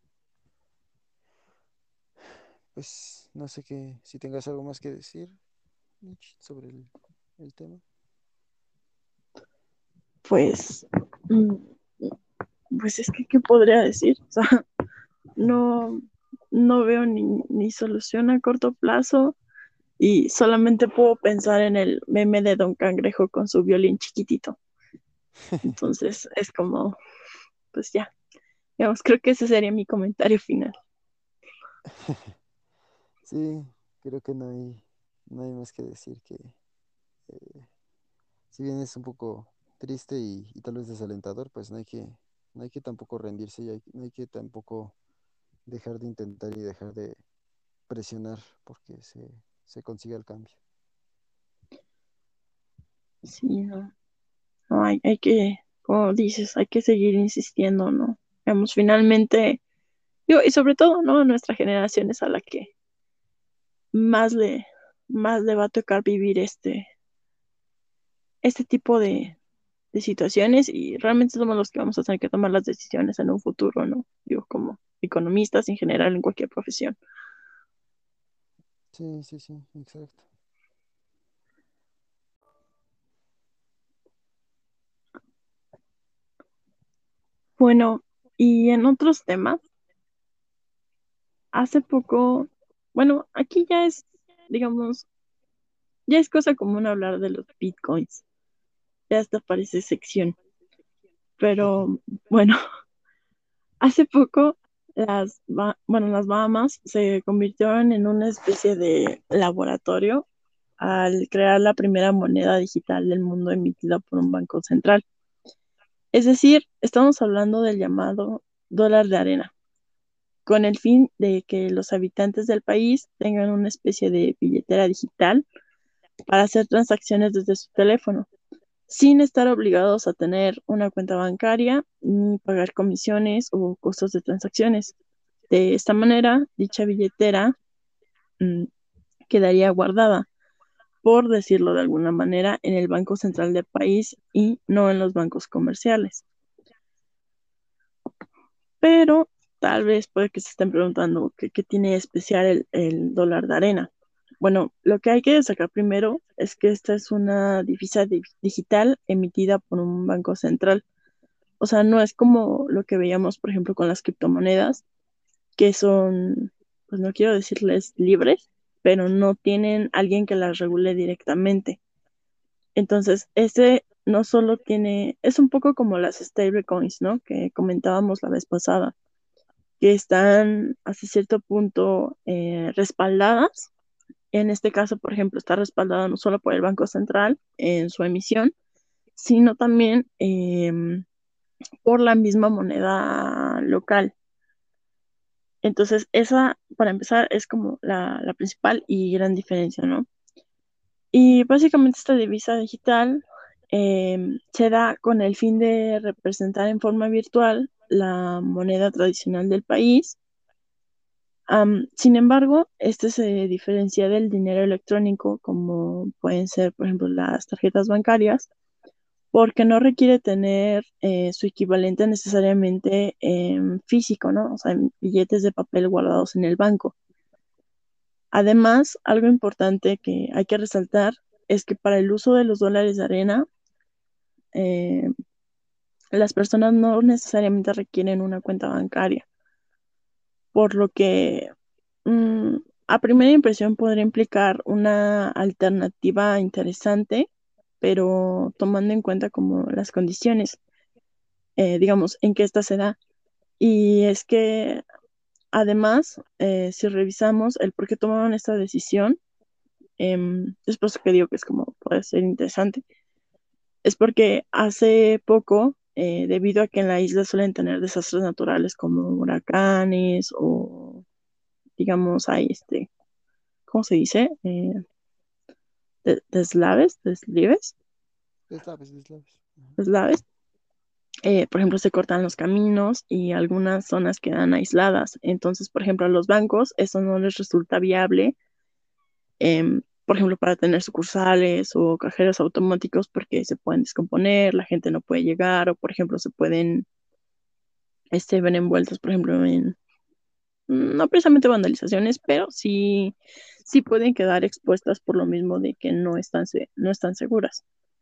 Pues no sé qué, si tengas algo más que decir, Mitch, sobre el tema. Pues, mm, pues es que, ¿qué podría decir? O sea, no, no veo ni solución a corto plazo y solamente puedo pensar en el meme de Don Cangrejo con su violín chiquitito. Entonces, es como, pues ya, digamos, creo que ese sería mi comentario final. Sí, creo que no hay más que decir que eh, si bien es un poco triste y tal vez desalentador, pues no hay que tampoco rendirse y no hay que tampoco dejar de intentar y dejar de presionar porque se consiga el cambio. Sí, no, no hay que, como dices, hay que seguir insistiendo, ¿no? Digamos, finalmente, digo, y sobre todo, ¿no? Nuestra generación es a la que más le, más le va a tocar vivir este tipo de situaciones y realmente somos los que vamos a tener que tomar las decisiones en un futuro, ¿no? Digo, como economistas en general en cualquier profesión. Sí, sí, sí, exacto. Bueno, y en otros temas, hace poco, bueno, aquí ya es, digamos, ya es cosa común hablar de los bitcoins, ya hasta parece sección, pero bueno, hace poco las Bahamas se convirtieron en una especie de laboratorio al crear la primera moneda digital del mundo emitida por un banco central. Es decir, estamos hablando del llamado dólar de arena, con el fin de que los habitantes del país tengan una especie de billetera digital para hacer transacciones desde su teléfono, sin estar obligados a tener una cuenta bancaria ni pagar comisiones o costos de transacciones. De esta manera, dicha billetera mm, quedaría guardada, por decirlo de alguna manera, en el Banco Central del país y no en los bancos comerciales. Pero tal vez puede que se estén preguntando qué tiene de especial el dólar de arena. Bueno, lo que hay que destacar primero es que esta es una divisa digital emitida por un banco central. O sea, no es como lo que veíamos, por ejemplo, con las criptomonedas, que son, pues no quiero decirles libres, pero no tienen alguien que las regule directamente. Entonces, este no solo tiene, es un poco como las stablecoins, ¿no? Que comentábamos la vez pasada, que están hasta cierto punto respaldadas. En este caso, por ejemplo, está respaldada no solo por el Banco Central en su emisión, sino también por la misma moneda local. Entonces, esa, para empezar, es como la principal y gran diferencia, ¿no? Y básicamente esta divisa digital se da con el fin de representar en forma virtual la moneda tradicional del país. Sin embargo, este se diferencia del dinero electrónico, como pueden ser, por ejemplo, las tarjetas bancarias, porque no requiere tener su equivalente necesariamente en físico, ¿no? O sea, en billetes de papel guardados en el banco. Además, algo importante que hay que resaltar es que para el uso de los dólares de arena, eh, las personas no necesariamente requieren una cuenta bancaria, por lo que mm, a primera impresión podría implicar una alternativa interesante, pero tomando en cuenta como las condiciones, digamos, en que esta se da. Y es que además, si revisamos el por qué tomaron esta decisión, es por eso que digo que es como puede ser interesante, es porque hace poco, debido a que en la isla suelen tener desastres naturales como huracanes o digamos hay ¿cómo se dice? Deslives, Deslaves, deslaves. Ajá. deslaves. Por ejemplo, se cortan los caminos y algunas zonas quedan aisladas. Entonces, por ejemplo, a los bancos eso no les resulta viable, por ejemplo, para tener sucursales o cajeros automáticos porque se pueden descomponer, la gente no puede llegar o, por ejemplo, se pueden ven envueltos, por ejemplo, en no precisamente vandalizaciones, pero sí pueden quedar expuestas por lo mismo de que no están seguras.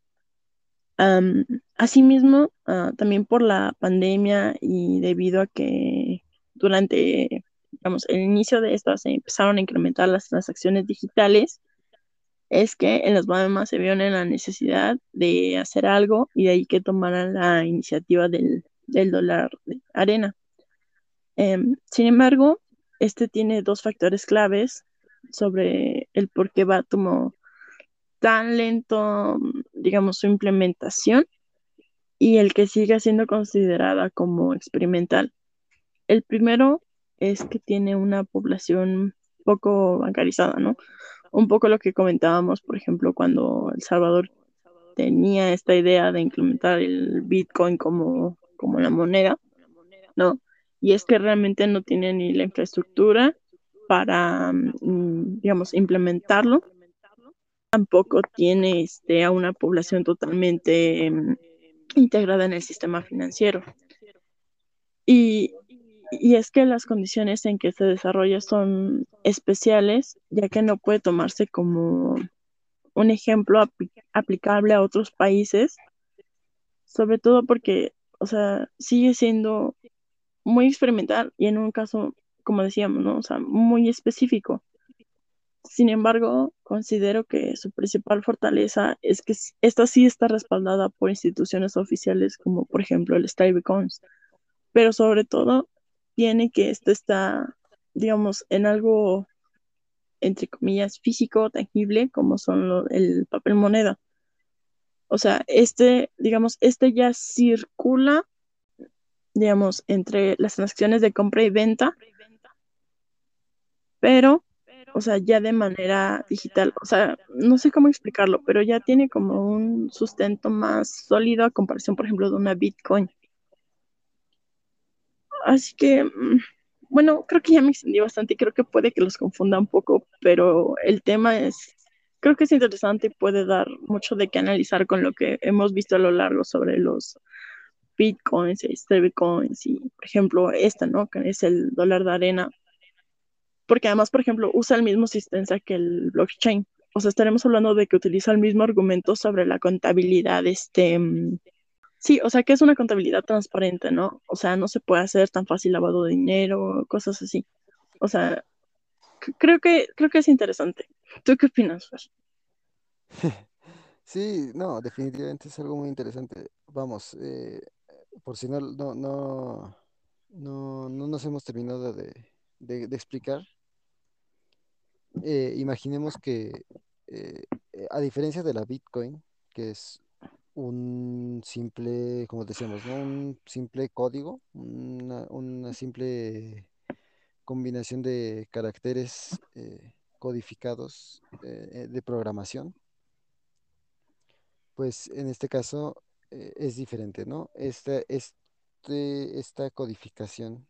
Asimismo, también por la pandemia y debido a que durante, digamos, el inicio de esta se empezaron a incrementar las transacciones digitales, es que en las Bahamas se vieron en la necesidad de hacer algo y de ahí que tomaran la iniciativa del dólar de arena. Sin embargo, este tiene dos factores claves sobre el por qué va como tan lento, digamos, su implementación y el que sigue siendo considerada como experimental. El primero es que tiene una población poco bancarizada, ¿no? Un poco lo que comentábamos, por ejemplo, cuando El Salvador tenía esta idea de implementar el Bitcoin como la moneda, ¿no? Y es que realmente no tiene ni la infraestructura para, digamos, implementarlo. Tampoco tiene a una población totalmente integrada en el sistema financiero. Y, y es que las condiciones en que se desarrolla son especiales, ya que no puede tomarse como un ejemplo aplicable a otros países, sobre todo porque, o sea, sigue siendo muy experimental y en un caso, como decíamos, ¿no? O sea, muy específico. Sin embargo, considero que su principal fortaleza es que esta sí está respaldada por instituciones oficiales como por ejemplo el Stablecoins, pero sobre todo tiene que esto está, digamos, en algo, entre comillas, físico, tangible, como son el papel moneda. O sea, digamos, este ya circula, digamos, entre las transacciones de compra y venta, pero, o sea, ya de manera digital. O sea, no sé cómo explicarlo, pero ya tiene como un sustento más sólido a comparación, por ejemplo, de una Bitcoin. Así que, bueno, creo que ya me extendí bastante y creo que puede que los confunda un poco, pero el tema creo que es interesante y puede dar mucho de qué analizar con lo que hemos visto a lo largo sobre los bitcoins y stablecoins y, por ejemplo, esta, ¿no? Que es el dólar de arena, porque además, por ejemplo, usa el mismo sistema que el blockchain. O sea, estaremos hablando de que utiliza el mismo argumento sobre la contabilidad, sí, o sea, que es una contabilidad transparente, ¿no? O sea, no se puede hacer tan fácil lavado de dinero, cosas así. O sea, creo que es interesante. ¿Tú qué opinas, Fer? Sí, no, definitivamente es algo muy interesante. Vamos, por si no nos hemos terminado de explicar, imaginemos que a diferencia de la Bitcoin, que es un simple, como decíamos, ¿no? Un simple código, una simple combinación de caracteres codificados de programación, pues en este caso es diferente, ¿no? Esta codificación,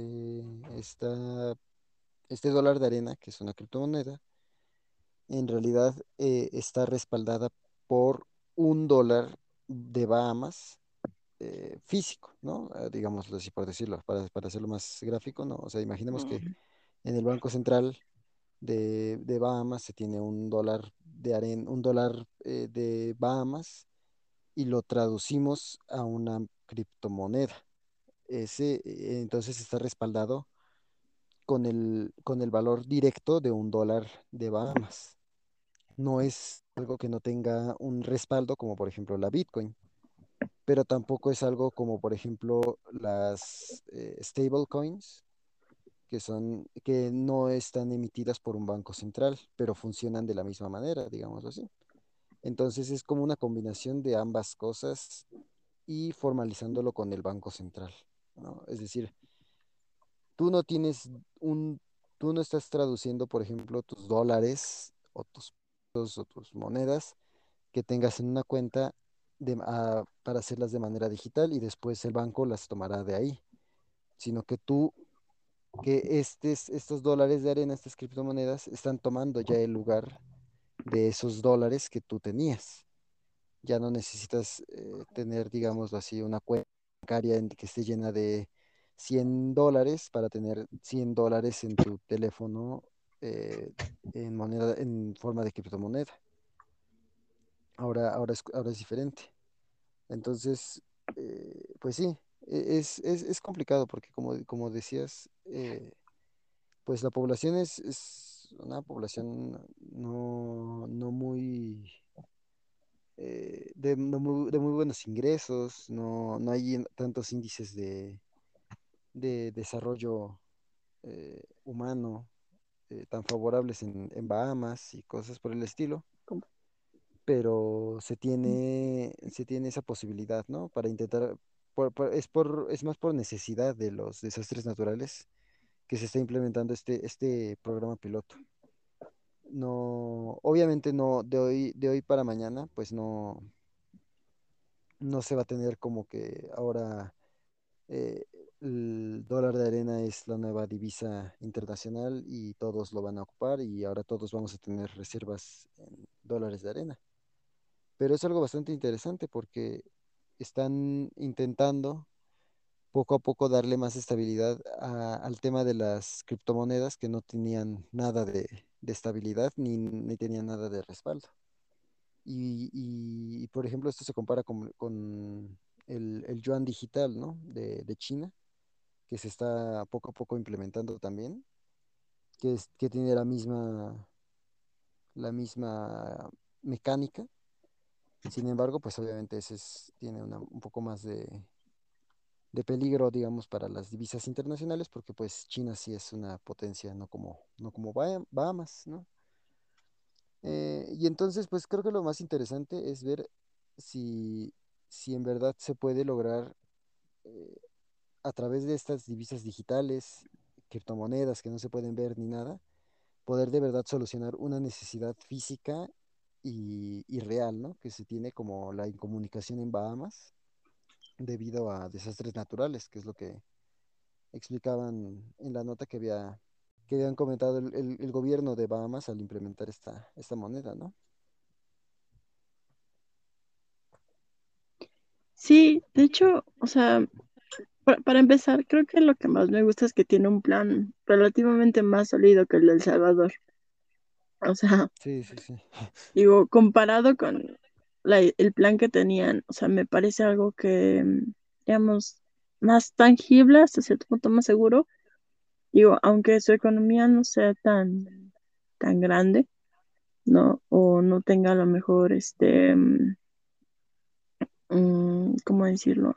este dólar de arena, que es una criptomoneda, en realidad está respaldada por un dólar de Bahamas físico, ¿no? Digámoslo así por decirlo, para hacerlo más gráfico, ¿no? O sea, imaginemos que Mm, en el Banco Central de Bahamas se tiene un dólar de Bahamas y lo traducimos a una criptomoneda. Entonces está respaldado con el valor directo de un dólar de Bahamas. No es algo que no tenga un respaldo como por ejemplo la Bitcoin, pero tampoco es algo como por ejemplo las stablecoins, que no están emitidas por un banco central, pero funcionan de la misma manera, digámoslo así. Entonces es como una combinación de ambas cosas y formalizándolo con el Banco Central, ¿no? Es decir, tú no tienes un, tú no estás traduciendo, por ejemplo, tus dólares o tus pesos o tus monedas que tengas en una cuenta para hacerlas de manera digital y después el banco las tomará de ahí, sino que estos dólares de arena, estas criptomonedas, están tomando ya el lugar de esos dólares que tú tenías. Ya no necesitas tener, digámoslo así, una cuenta bancaria que esté llena de $100 para tener $100 en tu teléfono eh, en forma de criptomoneda. Ahora es diferente. Entonces, pues sí, es complicado porque como decías, pues la población es una población no muy de muy buenos ingresos, no hay tantos índices de desarrollo humano tan favorables en Bahamas y cosas por el estilo, como- pero se tiene esa posibilidad, ¿no? Para intentar, es más por necesidad de los desastres naturales que se está implementando este programa piloto. No, obviamente no, de hoy para mañana, pues no se va a tener como que ahora eh, el dólar de arena es la nueva divisa internacional y todos lo van a ocupar y ahora todos vamos a tener reservas en dólares de arena. Pero es algo bastante interesante porque están intentando poco a poco darle más estabilidad al tema de las criptomonedas que no tenían nada de estabilidad ni tenían nada de respaldo. Por ejemplo, esto se compara con el yuan digital, ¿no? De China, que se está poco a poco implementando también, que tiene la misma mecánica. Sin embargo, pues obviamente tiene un poco más de peligro, digamos, para las divisas internacionales, porque pues China sí es una potencia, no como Bahamas, ¿no? Y entonces, pues creo que lo más interesante es ver si, si en verdad se puede lograr eh, a través de estas divisas digitales, criptomonedas que no se pueden ver ni nada, poder de verdad solucionar una necesidad física y real, ¿no? Que se tiene como la incomunicación en Bahamas debido a desastres naturales, que es lo que explicaban en la nota que habían comentado el gobierno de Bahamas al implementar esta moneda, ¿no? Sí, de hecho, o sea, para empezar, creo que lo que más me gusta es que tiene un plan relativamente más sólido que el de El Salvador. O sea, Sí, sí, sí. digo, comparado con el plan que tenían, o sea, me parece algo que, digamos, más tangible, hasta cierto punto más seguro. Digo, aunque su economía no sea tan grande, ¿no? O no tenga a lo mejor, ¿cómo decirlo?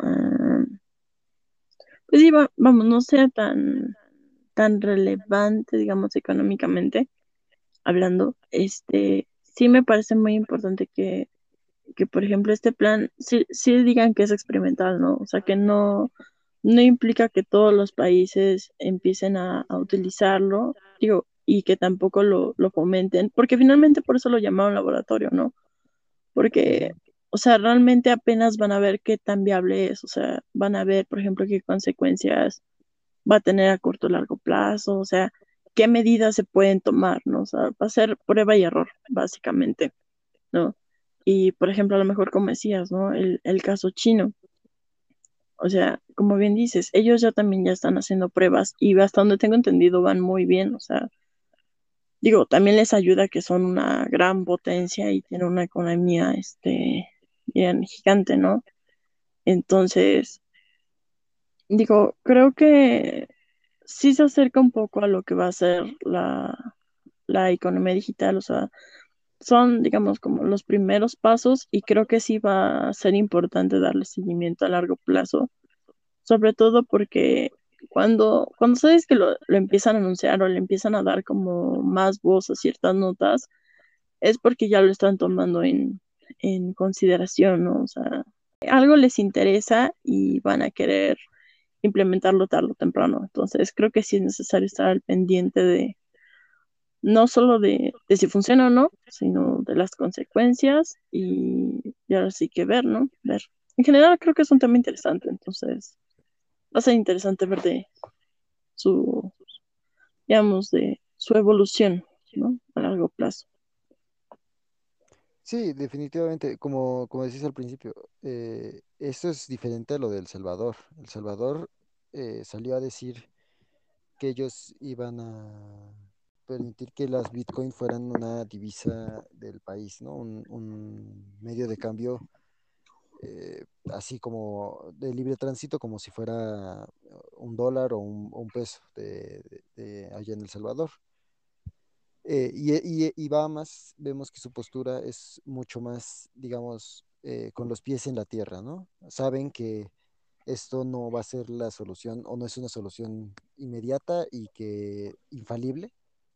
Pues sí, vamos, no sea tan relevante, digamos, económicamente hablando, sí me parece muy importante que, por ejemplo, este plan sí digan que es experimental, ¿no? O sea, que no implica que todos los países empiecen a utilizarlo, digo, y que tampoco lo fomenten, porque finalmente por eso lo llamaron laboratorio, ¿no? Porque, Ujú. o sea, realmente apenas van a ver qué tan viable es, o sea, van a ver, por ejemplo, qué consecuencias va a tener a corto o largo plazo, o sea, qué medidas se pueden tomar, ¿no? O sea, va a ser prueba y error, básicamente, ¿no? Y, por ejemplo, a lo mejor como decías, ¿no? El caso chino, o sea, como bien dices, ellos ya también ya están haciendo pruebas y hasta donde tengo entendido van muy bien, o sea, digo, también les ayuda que son una gran potencia y tienen una economía, bien gigante, ¿no? Entonces, digo, creo que sí se acerca un poco a lo que va a ser la economía digital, o sea, son, digamos, como los primeros pasos y creo que sí va a ser importante darle seguimiento a largo plazo, sobre todo porque cuando sabes que lo empiezan a anunciar o le empiezan a dar como más voz a ciertas notas, es porque ya lo están tomando en consideración, ¿no? O sea, algo les interesa y van a querer implementarlo tarde o temprano. Entonces, creo que sí es necesario estar al pendiente de no solo de si funciona o no, sino de las consecuencias y ahora sí que ver, ¿no? Ver. En general, creo que es un tema interesante, entonces va a ser interesante ver de su, digamos, de su evolución, ¿no? A largo plazo. Sí, definitivamente, como decías al principio, esto es diferente a lo del Salvador. El Salvador salió a decir que ellos iban a permitir que las Bitcoin fueran una divisa del país, ¿no? Un medio de cambio así como de libre tránsito, como si fuera un dólar o un peso de allá en El Salvador. Y Bahamas, vemos que su postura es mucho más, digamos, con los pies en la tierra, ¿no? Saben que esto no va a ser la solución o no es una solución inmediata y que infalible,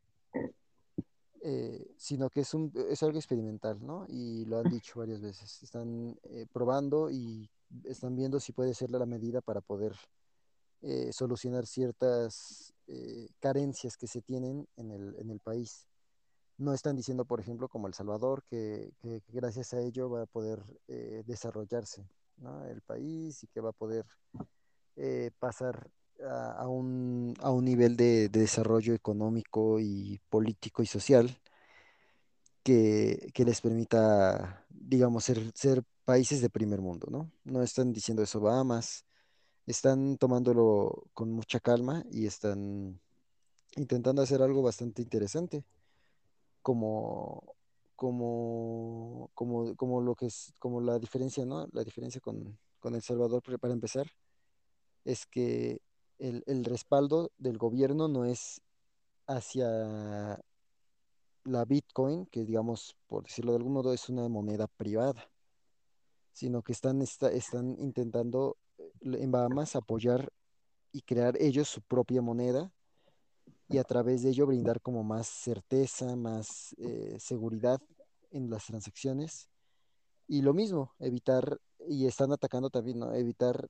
sino que es algo experimental, ¿no? Y lo han dicho varias veces. Están probando y están viendo si puede ser la medida para poder solucionar ciertas carencias que se tienen en en el país. No están diciendo, por ejemplo, como El Salvador, que gracias a ello va a poder desarrollarse, ¿no? El país y que va a poder pasar a un nivel de desarrollo económico y político y social que les permita, digamos, ser países de primer mundo, ¿no? No están diciendo eso Bahamas, están tomándolo con mucha calma y están intentando hacer algo bastante interesante, como, como lo que es, como la diferencia, ¿no? La diferencia con El Salvador, para empezar, es que el respaldo del gobierno no es hacia la Bitcoin, que digamos, por decirlo de algún modo, es una moneda privada, sino que están intentando en Bahamas apoyar y crear ellos su propia moneda y a través de ello brindar como más certeza, más seguridad en las transacciones. Y lo mismo, evitar, y están atacando también, ¿no? Evitar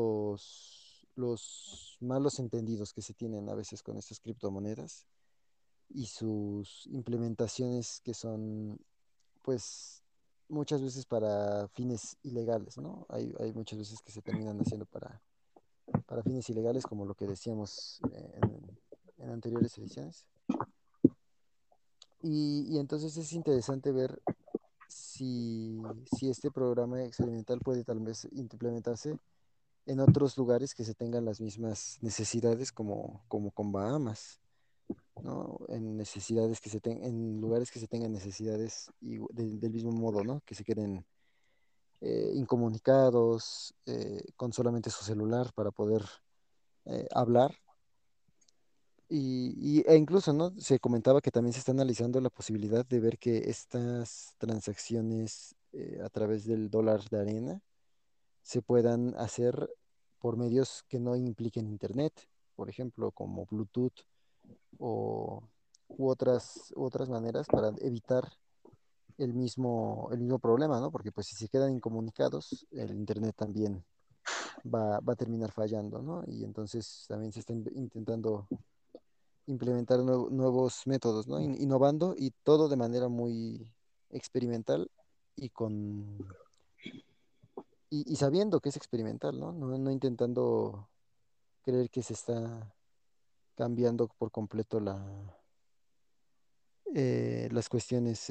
los malos entendidos que se tienen a veces con estas criptomonedas y sus implementaciones que son, pues, muchas veces para fines ilegales, ¿no? Hay muchas veces que se terminan haciendo para fines ilegales, como lo que decíamos en anteriores ediciones. Y entonces es interesante ver si este programa experimental puede tal vez implementarse en otros lugares que se tengan las mismas necesidades como con Bahamas, ¿no? En necesidades en lugares que se tengan necesidades del mismo modo, ¿no? Que se queden incomunicados, con solamente su celular para poder hablar. E incluso, ¿no? Se comentaba que también se está analizando la posibilidad de ver que estas transacciones a través del dólar de arena se puedan hacer por medios que no impliquen internet, por ejemplo, como Bluetooth o u otras maneras para evitar el mismo problema, ¿no? Porque pues si se quedan incomunicados, el internet también va a terminar fallando, ¿no? Y entonces también se está intentando implementar nuevos métodos, ¿no? Innovando y todo de manera muy experimental y y sabiendo que es experimental, ¿no? No intentando creer que se está cambiando por completo las cuestiones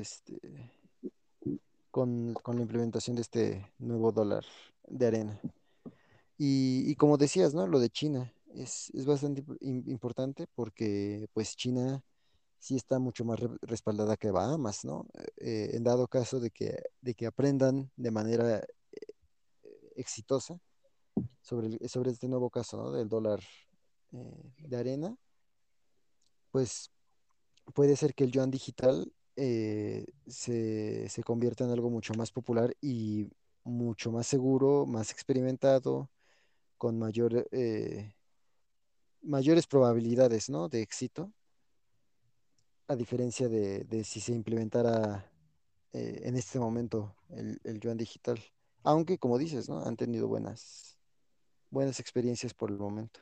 con la implementación de este nuevo dólar de arena. Y como decías, ¿no? Lo de China es bastante importante porque pues China sí está mucho más respaldada que Bahamas, ¿no? En dado caso de que aprendan de manera exitosa sobre este nuevo caso, ¿no? Del dólar de arena, pues puede ser que el yuan digital se convierta en algo mucho más popular y mucho más seguro, más experimentado, con mayores probabilidades, ¿no? De éxito, a diferencia de si se implementara en este momento el yuan digital. Aunque, como dices, ¿no? Han tenido buenas experiencias por el momento.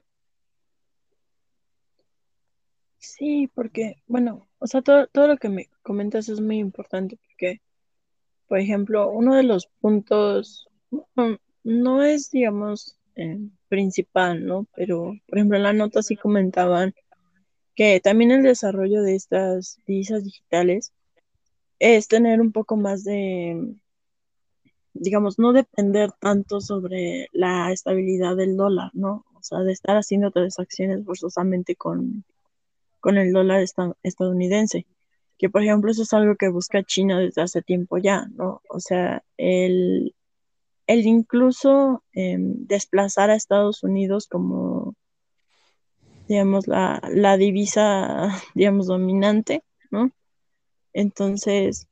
Sí, porque, bueno, o sea, todo lo que me comentas es muy importante porque, por ejemplo, uno de los puntos, no es, digamos, principal, ¿no? Pero, por ejemplo, en la nota sí comentaban que también el desarrollo de estas divisas digitales es tener un poco más de, digamos, no depender tanto sobre la estabilidad del dólar, ¿no? O sea, de estar haciendo transacciones forzosamente con el dólar estadounidense, que por ejemplo eso es algo que busca China desde hace tiempo ya, ¿no? O sea, el incluso desplazar a Estados Unidos como, digamos, la divisa, digamos, dominante, ¿no? Entonces,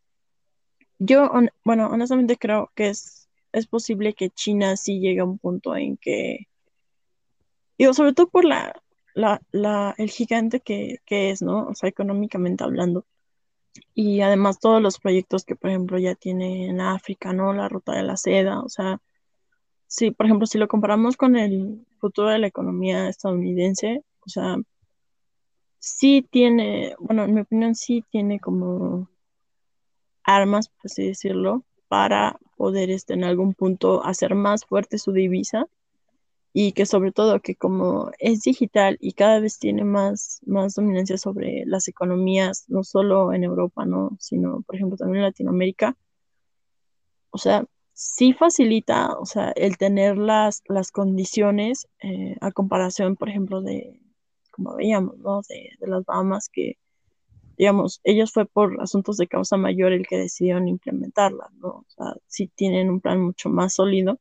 bueno, honestamente creo que es posible que China sí llegue a un punto en que, digo, sobre todo por el gigante que es, ¿no? O sea, económicamente hablando. Y además todos los proyectos que, por ejemplo, ya tiene en África, ¿no? La ruta de la seda, o sea, sí, por ejemplo, si lo comparamos con el futuro de la economía estadounidense, o sea, sí tiene, bueno, en mi opinión, sí tiene como armas, por así decirlo, para poder en algún punto hacer más fuerte su divisa y que sobre todo que como es digital y cada vez tiene más dominancia sobre las economías, no solo en Europa, ¿no? Sino, por ejemplo, también en Latinoamérica, o sea, sí facilita, o sea, el tener las condiciones a comparación, por ejemplo, como veíamos, ¿no? De las Bahamas que, digamos, ellos fue por asuntos de causa mayor el que decidieron implementarla, ¿no? O sea, sí tienen un plan mucho más sólido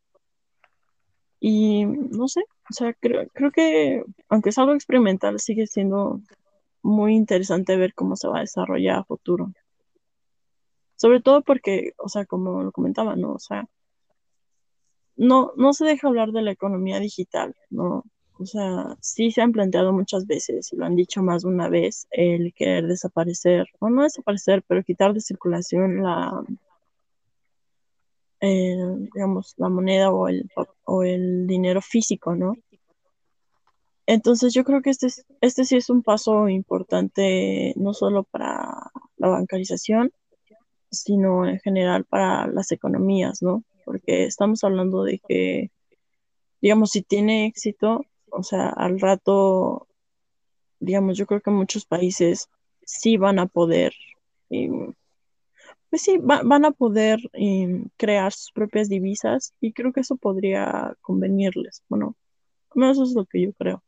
y no sé, o sea, creo que aunque es algo experimental, sigue siendo muy interesante ver cómo se va a desarrollar a futuro. Sobre todo porque, o sea, como lo comentaba, ¿no? O sea, no se deja hablar de la economía digital, ¿no? O sea, sí se han planteado muchas veces y lo han dicho más de una vez el querer desaparecer, o no desaparecer, pero quitar de circulación digamos, la moneda o el dinero físico, ¿no? Entonces yo creo que este sí es un paso importante, no solo para la bancarización, sino en general para las economías, ¿no? Porque estamos hablando de que, digamos, si tiene éxito, o sea, al rato, digamos, yo creo que muchos países sí van a poder, em, pues sí, van a poder crear sus propias divisas y creo que eso podría convenirles. Bueno, al menos eso es lo que yo creo.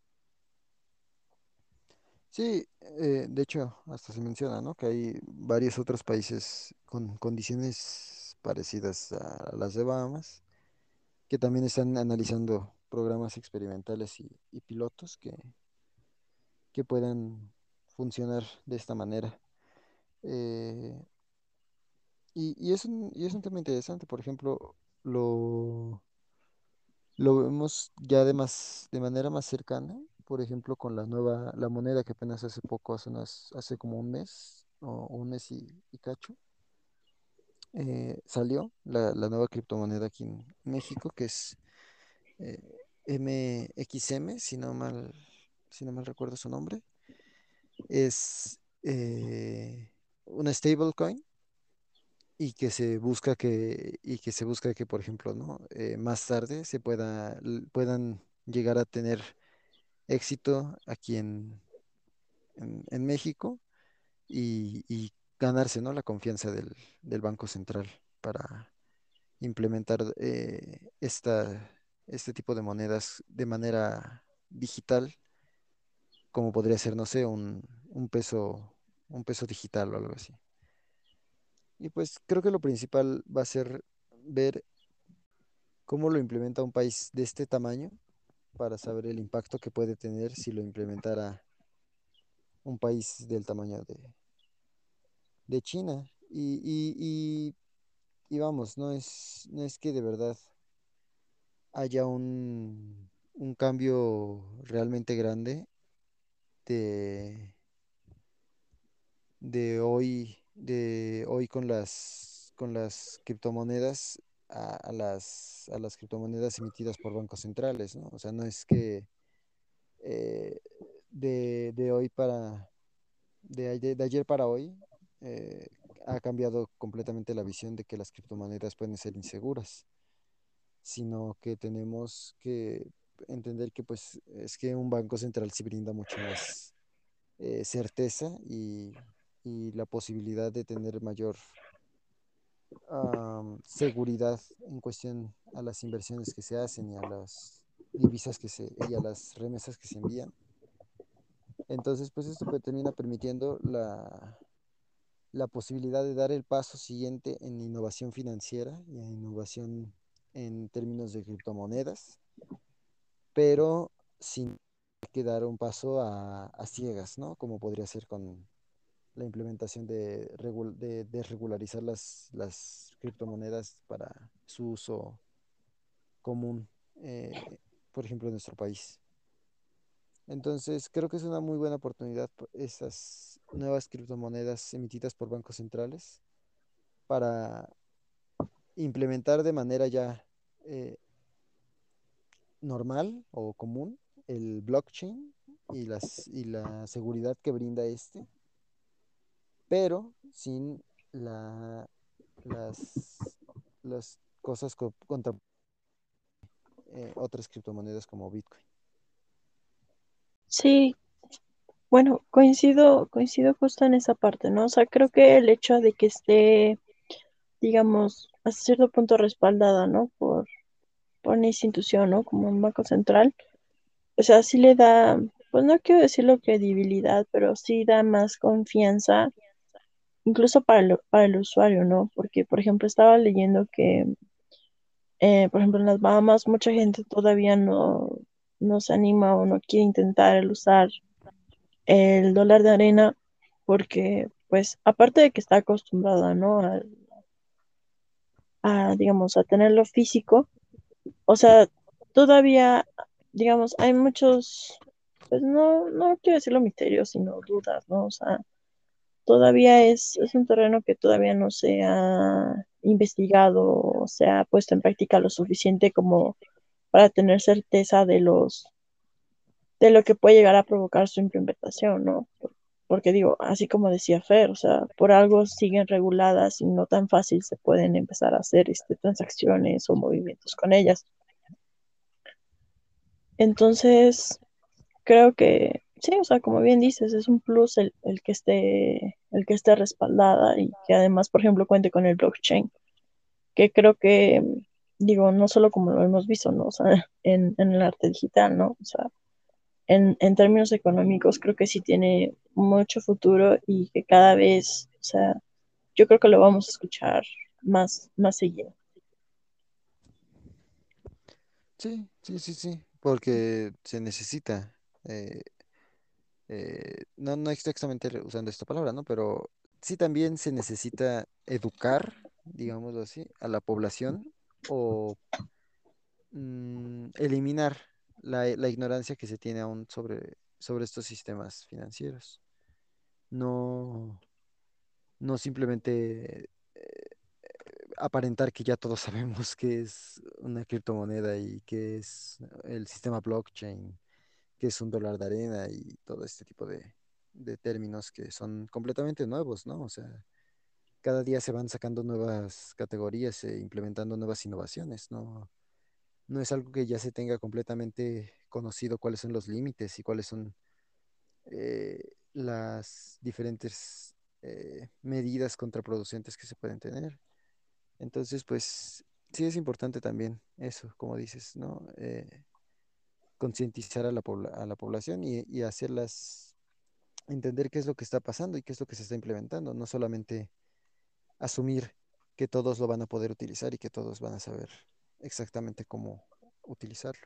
Sí, de hecho, hasta se menciona, ¿no? Que hay varios otros países con condiciones parecidas a las de Bahamas, que también están analizando programas experimentales y pilotos que puedan funcionar de esta manera. Eh, y es un tema interesante, por ejemplo, lo, lo vemos ya de manera más cercana, por ejemplo, con la moneda que apenas hace poco, hace como un mes, o un mes y cacho, salió la nueva criptomoneda aquí en México, que es eh, MXM, si no mal recuerdo su nombre. Es una stablecoin y que se busca que, por ejemplo, ¿no? Más tarde puedan llegar a tener éxito aquí en México y ganarse, ¿no? La confianza del Banco Central para implementar este tipo de monedas de manera digital, como podría ser, no sé, un peso digital o algo así. Y pues creo que lo principal va a ser ver cómo lo implementa un país de este tamaño para saber el impacto que puede tener si lo implementara un país del tamaño de China. Y vamos, no es que de verdad haya un cambio realmente grande de, de hoy con las criptomonedas a las criptomonedas emitidas por bancos centrales, ¿no? O sea, no es que eh, de hoy de ayer para hoy eh, ha cambiado completamente la visión de que las criptomonedas pueden ser inseguras, sino que tenemos que entender que pues es que un banco central sí brinda mucha más certeza y la posibilidad de tener mayor seguridad en cuestión a las inversiones que se hacen y a las y a las remesas que se envían. Entonces, pues esto termina permitiendo la posibilidad de dar el paso siguiente en innovación financiera y en innovación en términos de criptomonedas, pero sin que dar un paso a ciegas, ¿no? Como podría ser con la implementación de regularizar las criptomonedas para su uso común, por ejemplo, en nuestro país. Entonces, creo que es una muy buena oportunidad estas nuevas criptomonedas emitidas por bancos centrales para implementar de manera ya eh, normal o común el blockchain y la seguridad que brinda este, pero sin la, las, las cosas contra otras criptomonedas como Bitcoin. Sí, bueno, coincido justo en esa parte, ¿no? O sea, creo que el hecho de que esté, digamos, hasta cierto punto respaldada, ¿no? Por una institución, ¿no? Como un banco central, o sea, sí le da, pues no quiero decirlo credibilidad, pero sí da más confianza, incluso para el usuario, ¿no? Porque, por ejemplo, estaba leyendo que, por ejemplo, en las Bahamas mucha gente todavía no se anima o no quiere intentar el usar el dólar de arena porque, pues, aparte de que está acostumbrada, ¿no? Digamos, a tenerlo físico, O sea, todavía, digamos, hay muchos, pues no quiero decirlo misterios, sino dudas, ¿no? O sea, todavía es un terreno que todavía no se ha investigado o se ha puesto en práctica lo suficiente como para tener certeza de lo que puede llegar a provocar su implementación, ¿no? Porque digo, así como decía Fer, o sea, por algo siguen reguladas y no tan fácil se pueden empezar a hacer transacciones o movimientos con ellas. Entonces, creo que sí, o sea, como bien dices, es un plus el que esté respaldada y que además, por ejemplo, cuente con el blockchain, que creo que, digo, no solo como lo hemos visto, ¿no? O sea, en el arte digital, ¿no? O sea, en términos económicos creo que sí tiene mucho futuro y que cada vez, o sea, yo creo que lo vamos a escuchar más seguido. Sí, sí, sí, sí, porque se necesita, eh, no exactamente usando esta palabra, ¿no? Pero sí también se necesita educar, digámoslo así, a la población o eliminar la ignorancia que se tiene aún sobre estos sistemas financieros. No, no simplemente aparentar que ya todos sabemos qué es una criptomoneda y qué es el sistema blockchain, qué es un dólar de arena y todo este tipo de términos que son completamente nuevos, ¿no? O sea, cada día se van sacando nuevas categorías e implementando nuevas innovaciones, ¿no? No es algo que ya se tenga completamente conocido cuáles son los límites y cuáles son las diferentes medidas contraproducentes que se pueden tener. Entonces, pues sí es importante también eso, como dices, ¿no? Concientizar a a la población y hacerlas entender qué es lo que está pasando y qué es lo que se está implementando, no solamente asumir que todos lo van a poder utilizar y que todos van a saber exactamente cómo utilizarlo.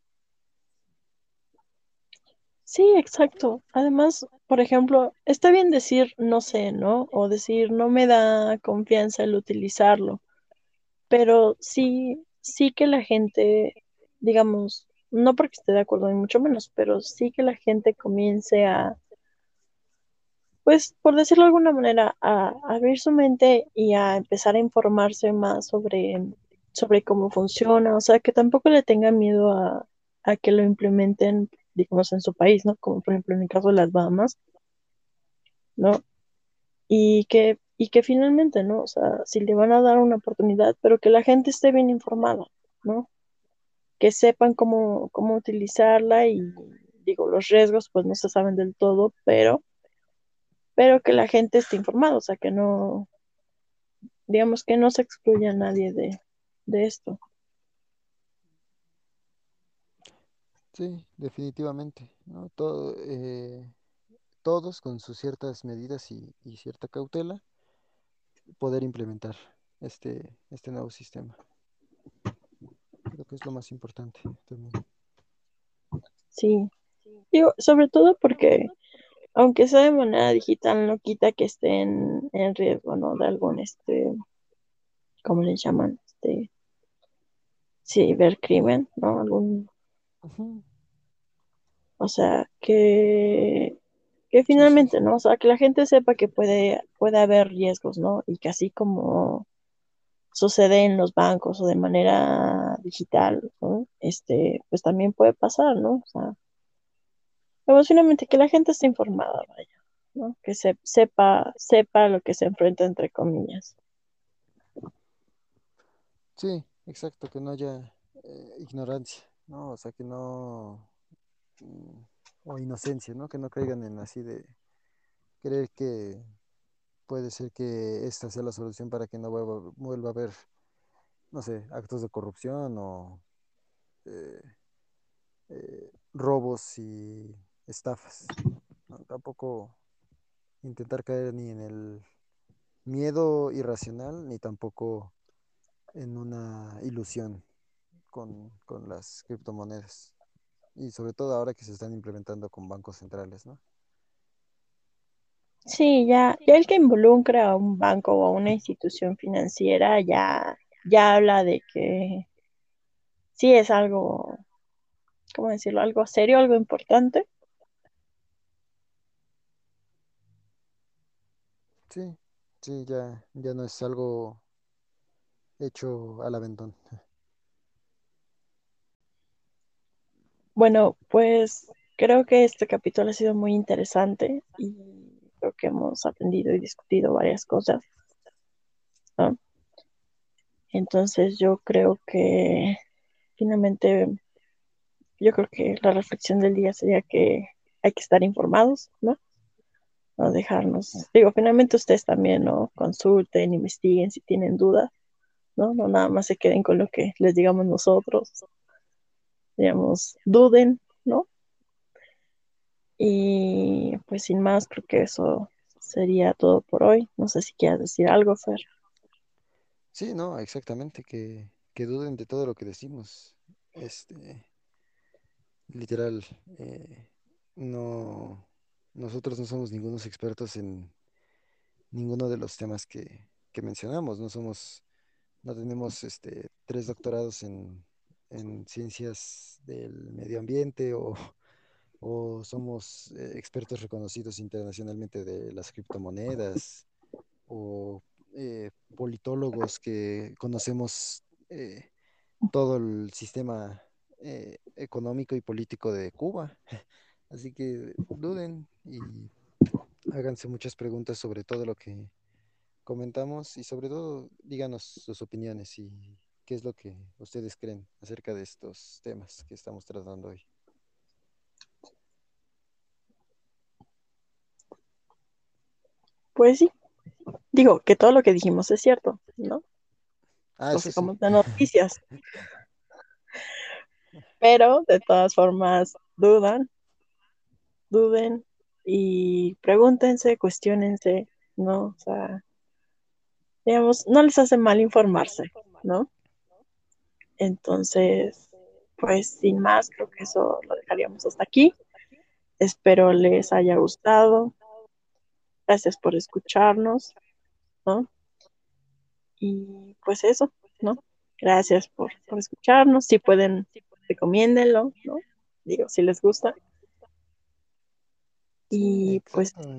Sí, exacto. Además, por ejemplo, está bien decir no sé, ¿no? O decir no me da confianza el utilizarlo, pero sí que la gente, digamos, no porque esté de acuerdo ni mucho menos, pero sí que la gente comience a, pues, por decirlo de alguna manera, a abrir su mente y a empezar a informarse más sobre cómo funciona, o sea, que tampoco le tengan miedo a que lo implementen, digamos, en su país, ¿no? Como por ejemplo en el caso de las Bahamas, ¿no? Y que finalmente, ¿no? O sea, si le van a dar una oportunidad, pero que la gente esté bien informada, ¿no? Que sepan cómo utilizarla y digo, los riesgos pues no se saben del todo, pero que la gente esté informada, o sea, que no, digamos que no se excluya a nadie de esto. Sí, definitivamente, ¿no? Todos con sus ciertas medidas y cierta cautela poder implementar este nuevo sistema. Creo que es lo más importante también. Sí, digo, sobre todo porque aunque sea de manera digital, no quita que estén en riesgo, ¿no? De algún, ¿cómo le llaman? Cibercrimen, ¿no? Algún, Ujú. o sea, que Sí, sí. finalmente, ¿no? O sea, que la gente sepa que puede haber riesgos, ¿no? Y que así como sucede en los bancos o de manera digital, ¿no? Pues también puede pasar, ¿no? O sea, vamos, finalmente que la gente esté informada, vaya, ¿no? Que sepa lo que se enfrenta, entre comillas. Sí, exacto, que no haya ignorancia, ¿no? O sea, que no, mm, o inocencia, ¿no? Que no caigan en así de creer que puede ser que esta sea la solución para que no vuelva a haber, no sé, actos de corrupción o eh, robos y estafas, ¿no? Tampoco intentar caer ni en el miedo irracional, ni tampoco en una ilusión con las criptomonedas. Y sobre todo ahora que se están implementando con bancos centrales, ¿no? Sí, ya el que involucra a un banco o a una institución financiera ya habla de que sí es algo, ¿cómo decirlo? Algo serio, algo importante. Sí, sí, ya no es algo hecho al aventón. Bueno, pues creo que este capítulo ha sido muy interesante y creo que hemos aprendido y discutido varias cosas, ¿no? Entonces yo creo que finalmente, yo creo que la reflexión del día sería que hay que estar informados, ¿no? No dejarnos, digo, finalmente ustedes también, ¿no? Consulten, investiguen si tienen dudas, ¿no? No nada más se queden con lo que les digamos nosotros, digamos, duden, ¿no? Y pues sin más, creo que eso sería todo por hoy. No sé si quieras decir algo, Fer. Sí, no, exactamente, que duden de todo lo que decimos. Literal, no, nosotros no somos ningunos expertos en ninguno de los temas que mencionamos. No tenemos 3 doctorados en ciencias del medio ambiente o somos expertos reconocidos internacionalmente de las criptomonedas o politólogos que conocemos todo el sistema económico y político de Cuba. Así que duden y háganse muchas preguntas sobre todo lo que comentamos y sobre todo díganos sus opiniones y qué es lo que ustedes creen acerca de estos temas que estamos tratando hoy. Pues sí, digo que todo lo que dijimos es cierto, ¿no? Ah, Lo eso sí. sacamos de noticias, pero de todas formas duden y pregúntense, cuestionense, ¿no? O sea, digamos, no les hace mal informarse, ¿no? Entonces, pues sin más, creo que eso lo dejaríamos hasta aquí. Espero les haya gustado. Gracias por escucharnos, ¿no? Y pues eso, ¿no? Gracias por escucharnos. Si pueden, recomiéndenlo, ¿no? Digo, si les gusta. Sí, Y pues exacto.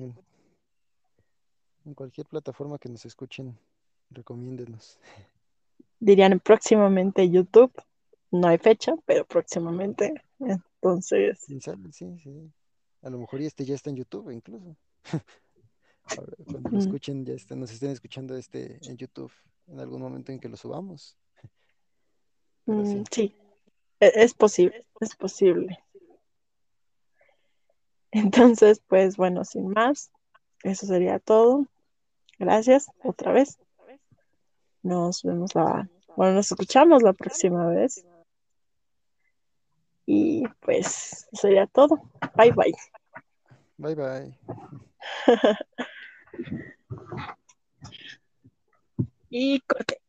En cualquier plataforma que nos escuchen, recomiéndenos. dirían próximamente YouTube. No hay fecha, pero próximamente. Entonces, ¿Quién sabe? Sí, sí. A lo mejor y este ya está en YouTube incluso. Ahora, cuando lo mm, escuchen, nos estén escuchando en YouTube en algún momento en que lo subamos. Pero sí. sí, es posible, es posible. Entonces, pues bueno, sin más, eso sería todo. Gracias otra vez. Nos vemos bueno, nos escuchamos la próxima vez. Y pues sería todo. Bye bye. Bye bye. Y corte.